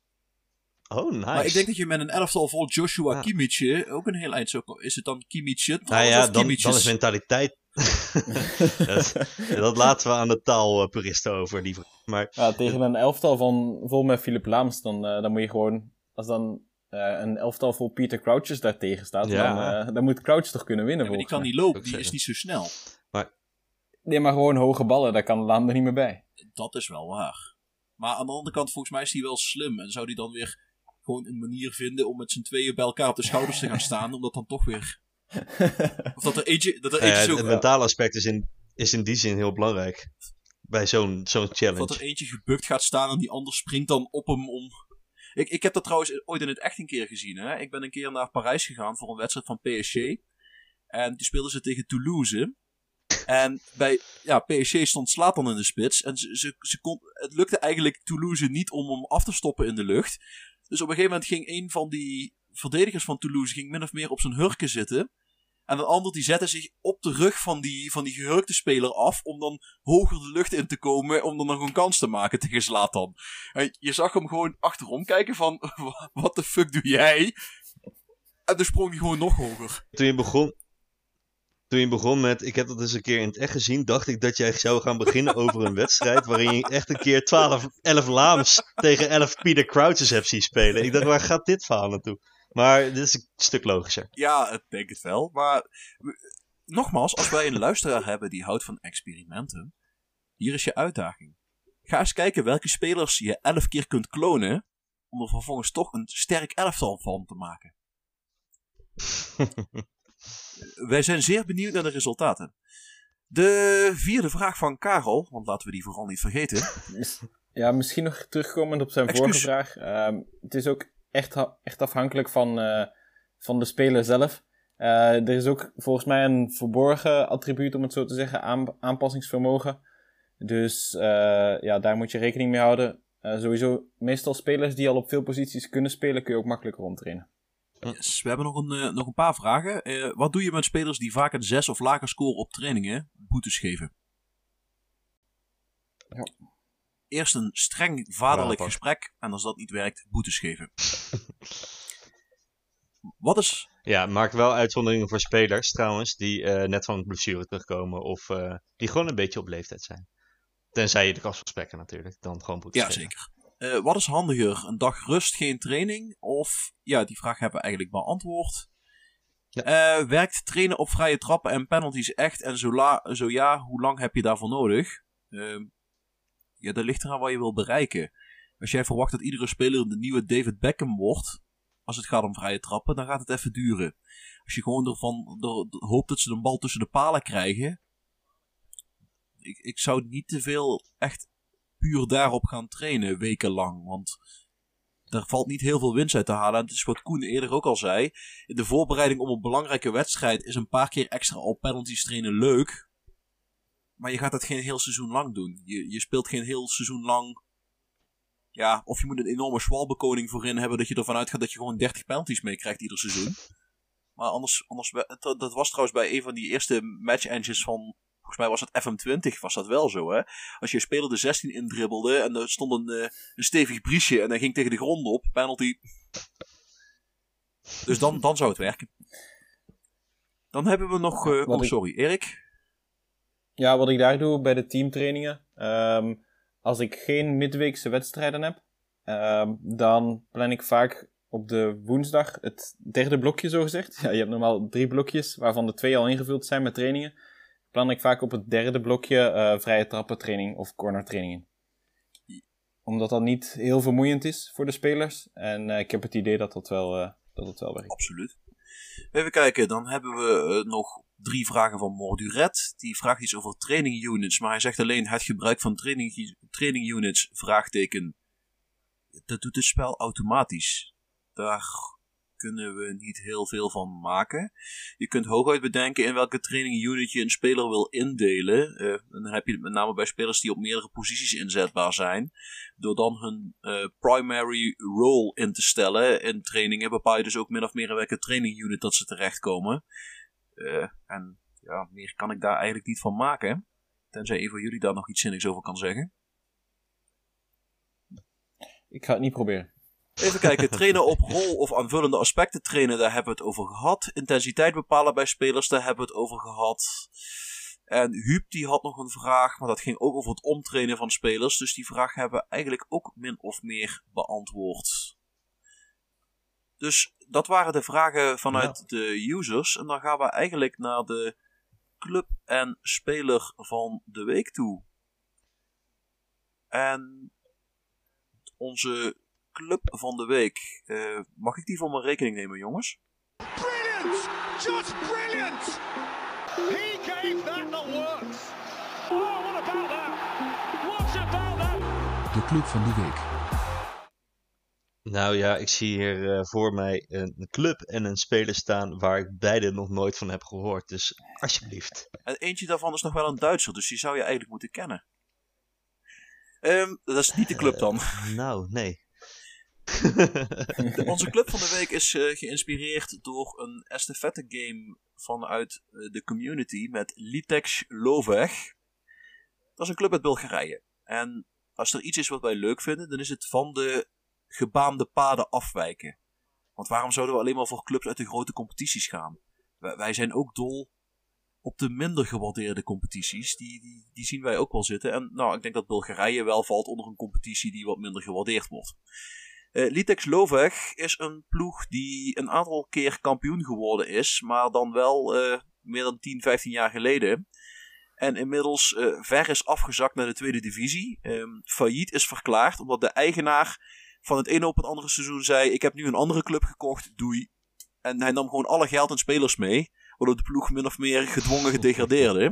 C: Oh, nice.
A: Maar ik denk dat je met een elftal vol Joshua
C: ja.
A: Kimmich ook een heel eind zo... Is het dan Kimmichje?
C: Nou ja, dan, dan is mentaliteit... dat, dat laten we aan de taalpuristen over. Die, maar,
D: ja, tegen een elftal van, vol met Philip Laams, dan, uh, dan moet je gewoon... Als dan uh, een elftal vol Peter Crouches daartegen staat, ja. dan, uh, dan moet Crouch toch kunnen winnen.
A: Ja, maar die kan
D: mij.
A: niet lopen, die is niet zo snel.
C: Maar...
D: Nee, maar gewoon hoge ballen, daar kan Laam er niet meer bij.
A: Dat is wel waar. Maar aan de andere kant, volgens mij is hij wel slim. En zou hij dan weer gewoon een manier vinden om met z'n tweeën bij elkaar op de schouders te gaan staan, omdat dan toch weer... Of dat er eentje, dat er eentje
C: ja,
A: zo...
C: Het mentale aspect is in, is in die zin heel belangrijk. Bij zo'n, zo'n challenge.
A: Of dat er eentje gebukt gaat staan en die ander springt dan op hem om... Ik, ik heb dat trouwens ooit in het echt een keer gezien. Hè? Ik ben een keer naar Parijs gegaan voor een wedstrijd van P S G. En toen speelden ze tegen Toulouse. En bij ja, P S G stond Zlatan in de spits. En ze, ze, ze kon, het lukte eigenlijk Toulouse niet om hem af te stoppen in de lucht. Dus op een gegeven moment ging een van die verdedigers van Toulouse ging min of meer op zijn hurken zitten. En een ander die zette zich op de rug van die, van die gehurkte speler af. Om dan hoger de lucht in te komen. Om dan nog een kans te maken tegen Zlatan. En je zag hem gewoon achterom kijken van... Wat de fuck doe jij? En toen sprong hij gewoon nog hoger.
C: Toen je begon... Toen je begon met, ik heb dat eens een keer in het echt gezien, dacht ik dat jij zou gaan beginnen over een wedstrijd waarin je echt een keer twaalf, elf Laams tegen elf Peter Crouches hebt zien spelen. Ik dacht, waar gaat dit verhaal naartoe? Maar dit is een stuk logischer.
A: Ja, ik denk het wel. Maar nogmaals, als wij een luisteraar hebben die houdt van experimenten, hier is je uitdaging. Ga eens kijken welke spelers je elf keer kunt klonen, om er vervolgens toch een sterk elftal van te maken. Wij zijn zeer benieuwd naar de resultaten. De vierde vraag van Karel, want laten we die vooral niet vergeten.
D: Ja, misschien nog terugkomend op zijn
A: Excuus.
D: vorige vraag. Um, het is ook echt, echt afhankelijk van, uh, van de speler zelf. Uh, er is ook volgens mij een verborgen attribuut, om het zo te zeggen, aan, aanpassingsvermogen. Dus uh, ja, daar moet je rekening mee houden. Uh, sowieso, meestal spelers die al op veel posities kunnen spelen, kun je ook makkelijker omtrainen.
A: Yes, we hebben nog een, uh, nog een paar vragen. Uh, wat doe je met spelers die vaak een zes of lager scoren op trainingen? Boetes geven.
D: Ja.
A: Eerst een streng vaderlijk
C: Ja,
A: gesprek. En als dat niet werkt, boetes geven. Wat is...
C: Ja, maak wel uitzonderingen voor spelers trouwens, die uh, net van blessure terugkomen of uh, die gewoon een beetje op leeftijd zijn. Tenzij je de kans verspekken natuurlijk, dan gewoon boetes
A: Ja,
C: geven.
A: zeker. Uh, wat is handiger? Een dag rust, geen training? Of, ja, die vraag hebben we eigenlijk beantwoord. Ja. Uh, werkt trainen op vrije trappen en penalties echt? En zo, la, zo ja, hoe lang heb je daarvoor nodig? Uh, ja, dat ligt eraan wat je wil bereiken. Als jij verwacht dat iedere speler de nieuwe David Beckham wordt, als het gaat om vrije trappen, dan gaat het even duren. Als je gewoon ervan er, hoopt dat ze een bal tussen de palen krijgen, ik, ik zou niet te veel echt puur daarop gaan trainen, wekenlang. Want daar valt niet heel veel winst uit te halen. En het is wat Koen eerder ook al zei. In de voorbereiding om een belangrijke wedstrijd is een paar keer extra op penalties trainen leuk. Maar je gaat dat geen heel seizoen lang doen. Je, je speelt geen heel seizoen lang. Ja, of je moet een enorme schwalbekoning voorin hebben dat je ervan uitgaat dat je gewoon dertig penalties meekrijgt ieder seizoen. Maar anders, anders, dat was trouwens bij een van die eerste match engines van, volgens mij was het F M twintig, was dat wel zo, hè. Als je een speler de zestien indribbelde en er stond een, een stevig briesje en hij ging tegen de grond op, penalty. Dus dan, dan zou het werken. Dan hebben we nog, uh, oh sorry, Erik?
D: Ja, wat ik daar doe bij de teamtrainingen, um, als ik geen midweekse wedstrijden heb, um, dan plan ik vaak op de woensdag het derde blokje, zogezegd. Ja, je hebt normaal drie blokjes, waarvan de twee al ingevuld zijn met trainingen. Plan ik vaak op het derde blokje uh, vrije trappentraining of cornertrainingen. omdat dat niet heel vermoeiend is voor de spelers. En uh, ik heb het idee dat dat wel, uh, dat het wel werkt.
A: Absoluut. Even kijken, dan hebben we uh, nog drie vragen van Morduret. Die vraagt iets over training units, maar hij zegt alleen het gebruik van training, training units, vraagteken. Dat doet het spel automatisch. Daar kunnen we niet heel veel van maken. Je kunt hooguit bedenken in welke training unit je een speler wil indelen. Uh, dan heb je het met name bij spelers die op meerdere posities inzetbaar zijn. Door dan hun uh, primary role in te stellen in trainingen, bepaal je dus ook min of meer in welke training unit dat ze terechtkomen. Uh, en ja, meer kan ik daar eigenlijk niet van maken. Tenzij een van jullie daar nog iets zinnigs over kan zeggen.
D: Ik ga het niet proberen.
A: Even kijken, trainen op rol of aanvullende aspecten trainen, daar hebben we het over gehad. Intensiteit bepalen bij spelers, daar hebben we het over gehad. En Huub die had nog een vraag, maar dat ging ook over het omtrainen van spelers. Dus die vraag hebben we eigenlijk ook min of meer beantwoord. Dus dat waren de vragen vanuit ja. de users. En dan gaan we eigenlijk naar de club en speler van de week toe. En onze club van de week. Uh, mag ik die voor mijn rekening nemen, jongens?
E: Brilliant! Just brilliant! He gave that the works. Oh, what about that? What about that?
B: De club van de week.
C: Nou ja, ik zie hier uh, voor mij een club en een speler staan waar ik beide nog nooit van heb gehoord. Dus alsjeblieft.
A: En eentje daarvan is nog wel een Duitser, dus die zou je eigenlijk moeten kennen. Um, dat is niet de club dan.
C: Uh, nou, nee.
A: de, onze club van de week is uh, geïnspireerd door een estafette game vanuit uh, de community met Litex Lovech. Dat is een club uit Bulgarije. En als er iets is wat wij leuk vinden, dan is het van de gebaande paden afwijken. Want waarom zouden we alleen maar voor clubs uit de grote competities gaan? Wij, wij zijn ook dol op de minder gewaardeerde competities. Die, die, die zien wij ook wel zitten. En nou, ik denk dat Bulgarije wel valt onder een competitie die wat minder gewaardeerd wordt. Uh, Litex Lovech is een ploeg die een aantal keer kampioen geworden is, maar dan wel uh, meer dan tien, vijftien jaar geleden. En inmiddels uh, ver is afgezakt naar de tweede divisie. Um, failliet is verklaard, omdat de eigenaar van het ene op het andere seizoen zei: ik heb nu een andere club gekocht, doei. En hij nam gewoon alle geld en spelers mee, waardoor de ploeg min of meer gedwongen gedegradeerde.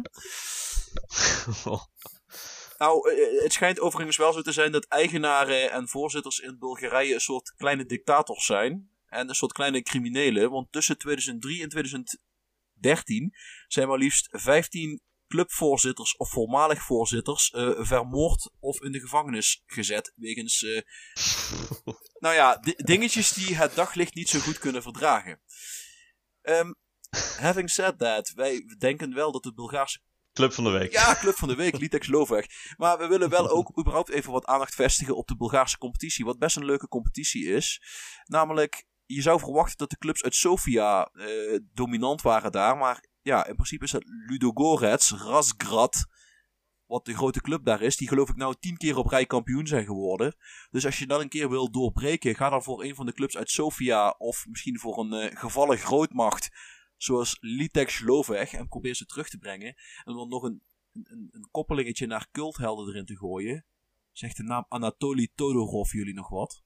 A: Nou, het schijnt overigens wel zo te zijn dat eigenaren en voorzitters in Bulgarije een soort kleine dictators zijn. En een soort kleine criminelen. Want tussen tweeduizend drie en tweeduizend dertien zijn maar liefst vijftien clubvoorzitters of voormalig voorzitters uh, vermoord of in de gevangenis gezet. Wegens, uh, nou ja, d- dingetjes die het daglicht niet zo goed kunnen verdragen. Um, having said that, wij denken wel dat de Bulgaarse
C: Club van de week.
A: Ja, club van de week, Litex Lovech. Maar we willen wel ook überhaupt even wat aandacht vestigen op de Bulgaarse competitie. Wat best een leuke competitie is. Namelijk, je zou verwachten dat de clubs uit Sofia uh, dominant waren daar. Maar ja, in principe is het Ludogorets, Razgrad, wat de grote club daar is. Die geloof ik nou tien keer op rij kampioen zijn geworden. Dus als je dat een keer wil doorbreken, ga dan voor een van de clubs uit Sofia. Of misschien voor een uh, gevallen grootmacht, zoals Litex Lovech, en probeer ze terug te brengen. En dan nog een, een, een koppelingetje naar culthelden erin te gooien. Zegt de naam Anatoly Todorov jullie nog wat?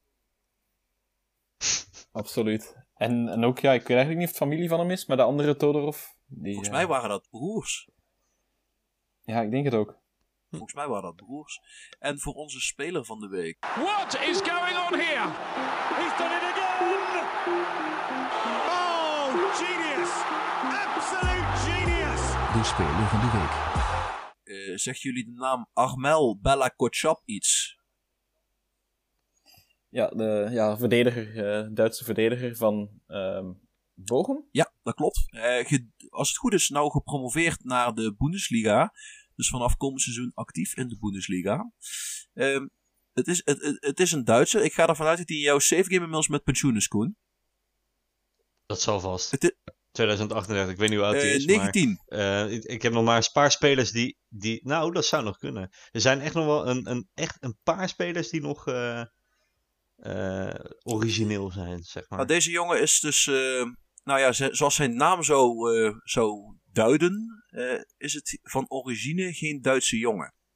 D: Absoluut. En, en ook, ja, ik weet eigenlijk niet of het familie van hem is, maar de andere Todorov. Die,
A: Volgens
D: uh...
A: mij waren dat broers.
D: Ja, ik denk het ook.
A: Volgens mij waren dat broers. En voor onze speler van de week.
E: What is going on here? He's done it again! Oh, genius! Absolute genius!
B: De speler van de week.
A: Uh, zegt jullie de naam Armel Bella Kotschap iets?
D: Ja, de ja, verdediger, uh, Duitse verdediger van um, Bochum?
A: Ja, dat klopt. Uh, ge- als het goed is, nou gepromoveerd naar de Bundesliga. Dus vanaf komend seizoen actief in de Bundesliga. Um, het, is, het, het, het is een Duitser. Ik ga ervan uit dat hij in jouw save game inmiddels met pensioen is, Koen.
C: Dat zal vast.
A: Het is,
C: tweeduizend achtendertig, ik weet niet hoe oud hij
A: uh,
C: is.
A: negentien.
C: Maar, uh, ik, ik heb nog maar een paar spelers die, die... Nou, dat zou nog kunnen. Er zijn echt nog wel een, een, echt een paar spelers die nog uh, uh, origineel zijn, zeg maar.
A: Nou, deze jongen is dus... Uh, nou ja, z- zoals zijn naam zou, uh, zou duiden... Uh, is het van origine geen Duitse jongen.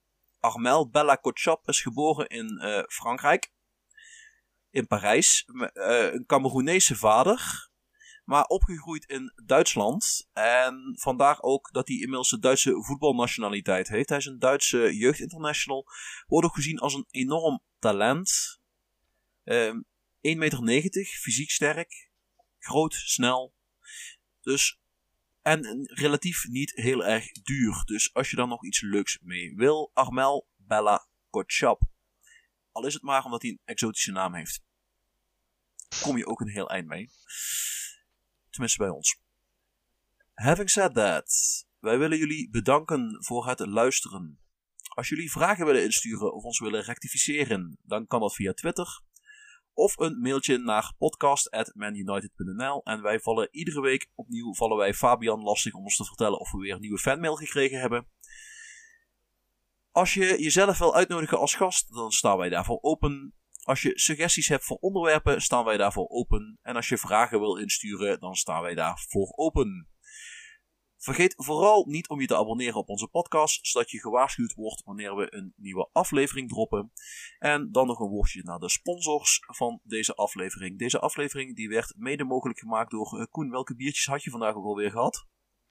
A: Armel Bella Kotchap is geboren in uh, Frankrijk. In Parijs. Uh, een Cameroenese vader. Maar opgegroeid in Duitsland. En vandaar ook dat hij inmiddels de Duitse voetbalnationaliteit heeft. Hij is een Duitse jeugdinternational. Wordt ook gezien als een enorm talent. Uh, één meter negentig, fysiek sterk. Groot, snel. Dus, en relatief niet heel erg duur. Dus als je daar nog iets leuks mee wil. Armel Bella Kotchap. Al is het maar omdat hij een exotische naam heeft. Kom je ook een heel eind mee. Tenminste bij ons. Having said that. Wij willen jullie bedanken voor het luisteren. Als jullie vragen willen insturen of ons willen rectificeren. Dan kan dat via Twitter. Of een mailtje naar podcast at manunited punt n l. En wij vallen iedere week opnieuw vallen wij Fabian lastig om ons te vertellen of we weer een nieuwe fanmail gekregen hebben. Als je jezelf wil uitnodigen als gast, dan staan wij daarvoor open. Als je suggesties hebt voor onderwerpen, staan wij daarvoor open. En als je vragen wil insturen, dan staan wij daarvoor open. Vergeet vooral niet om je te abonneren op onze podcast, zodat je gewaarschuwd wordt wanneer we een nieuwe aflevering droppen. En dan nog een woordje naar de sponsors van deze aflevering. Deze aflevering die werd mede mogelijk gemaakt door uh, Koen. Welke biertjes had je vandaag ook alweer gehad?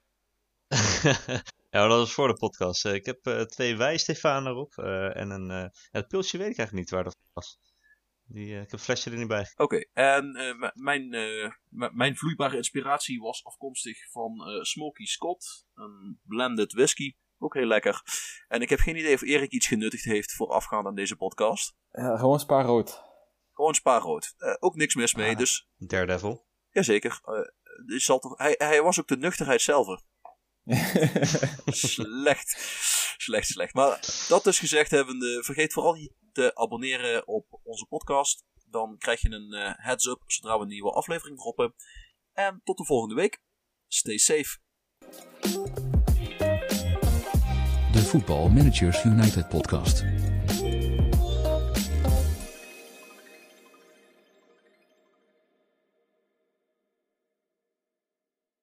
C: Ja, dat was voor de podcast. Uh, ik heb uh, twee Wijstefaan erop uh, en een... Uh, het pilsje weet ik eigenlijk niet waar dat was. Die, uh, ik heb een flesje er niet bij.
A: Oké, okay, en uh, m- mijn, uh, m- mijn vloeibare inspiratie was afkomstig van uh, Smoky Scott. Een blended whisky. Ook heel lekker. En ik heb geen idee of Erik iets genuttigd heeft voorafgaand aan deze podcast.
D: Ja, gewoon Spa rood.
A: Gewoon Spa rood. Uh, ook niks mis mee, ah, dus...
C: Daredevil.
A: Jazeker. Uh, zal toch... hij, hij was ook de nuchterheid zelf. Slecht. Slecht, slecht. Maar dat dus gezegd hebbende, vergeet vooral niet te abonneren op onze podcast. Dan krijg je een uh, heads-up zodra we een nieuwe aflevering droppen. En tot de volgende week. Stay safe.
B: De Voetbal Managers United podcast.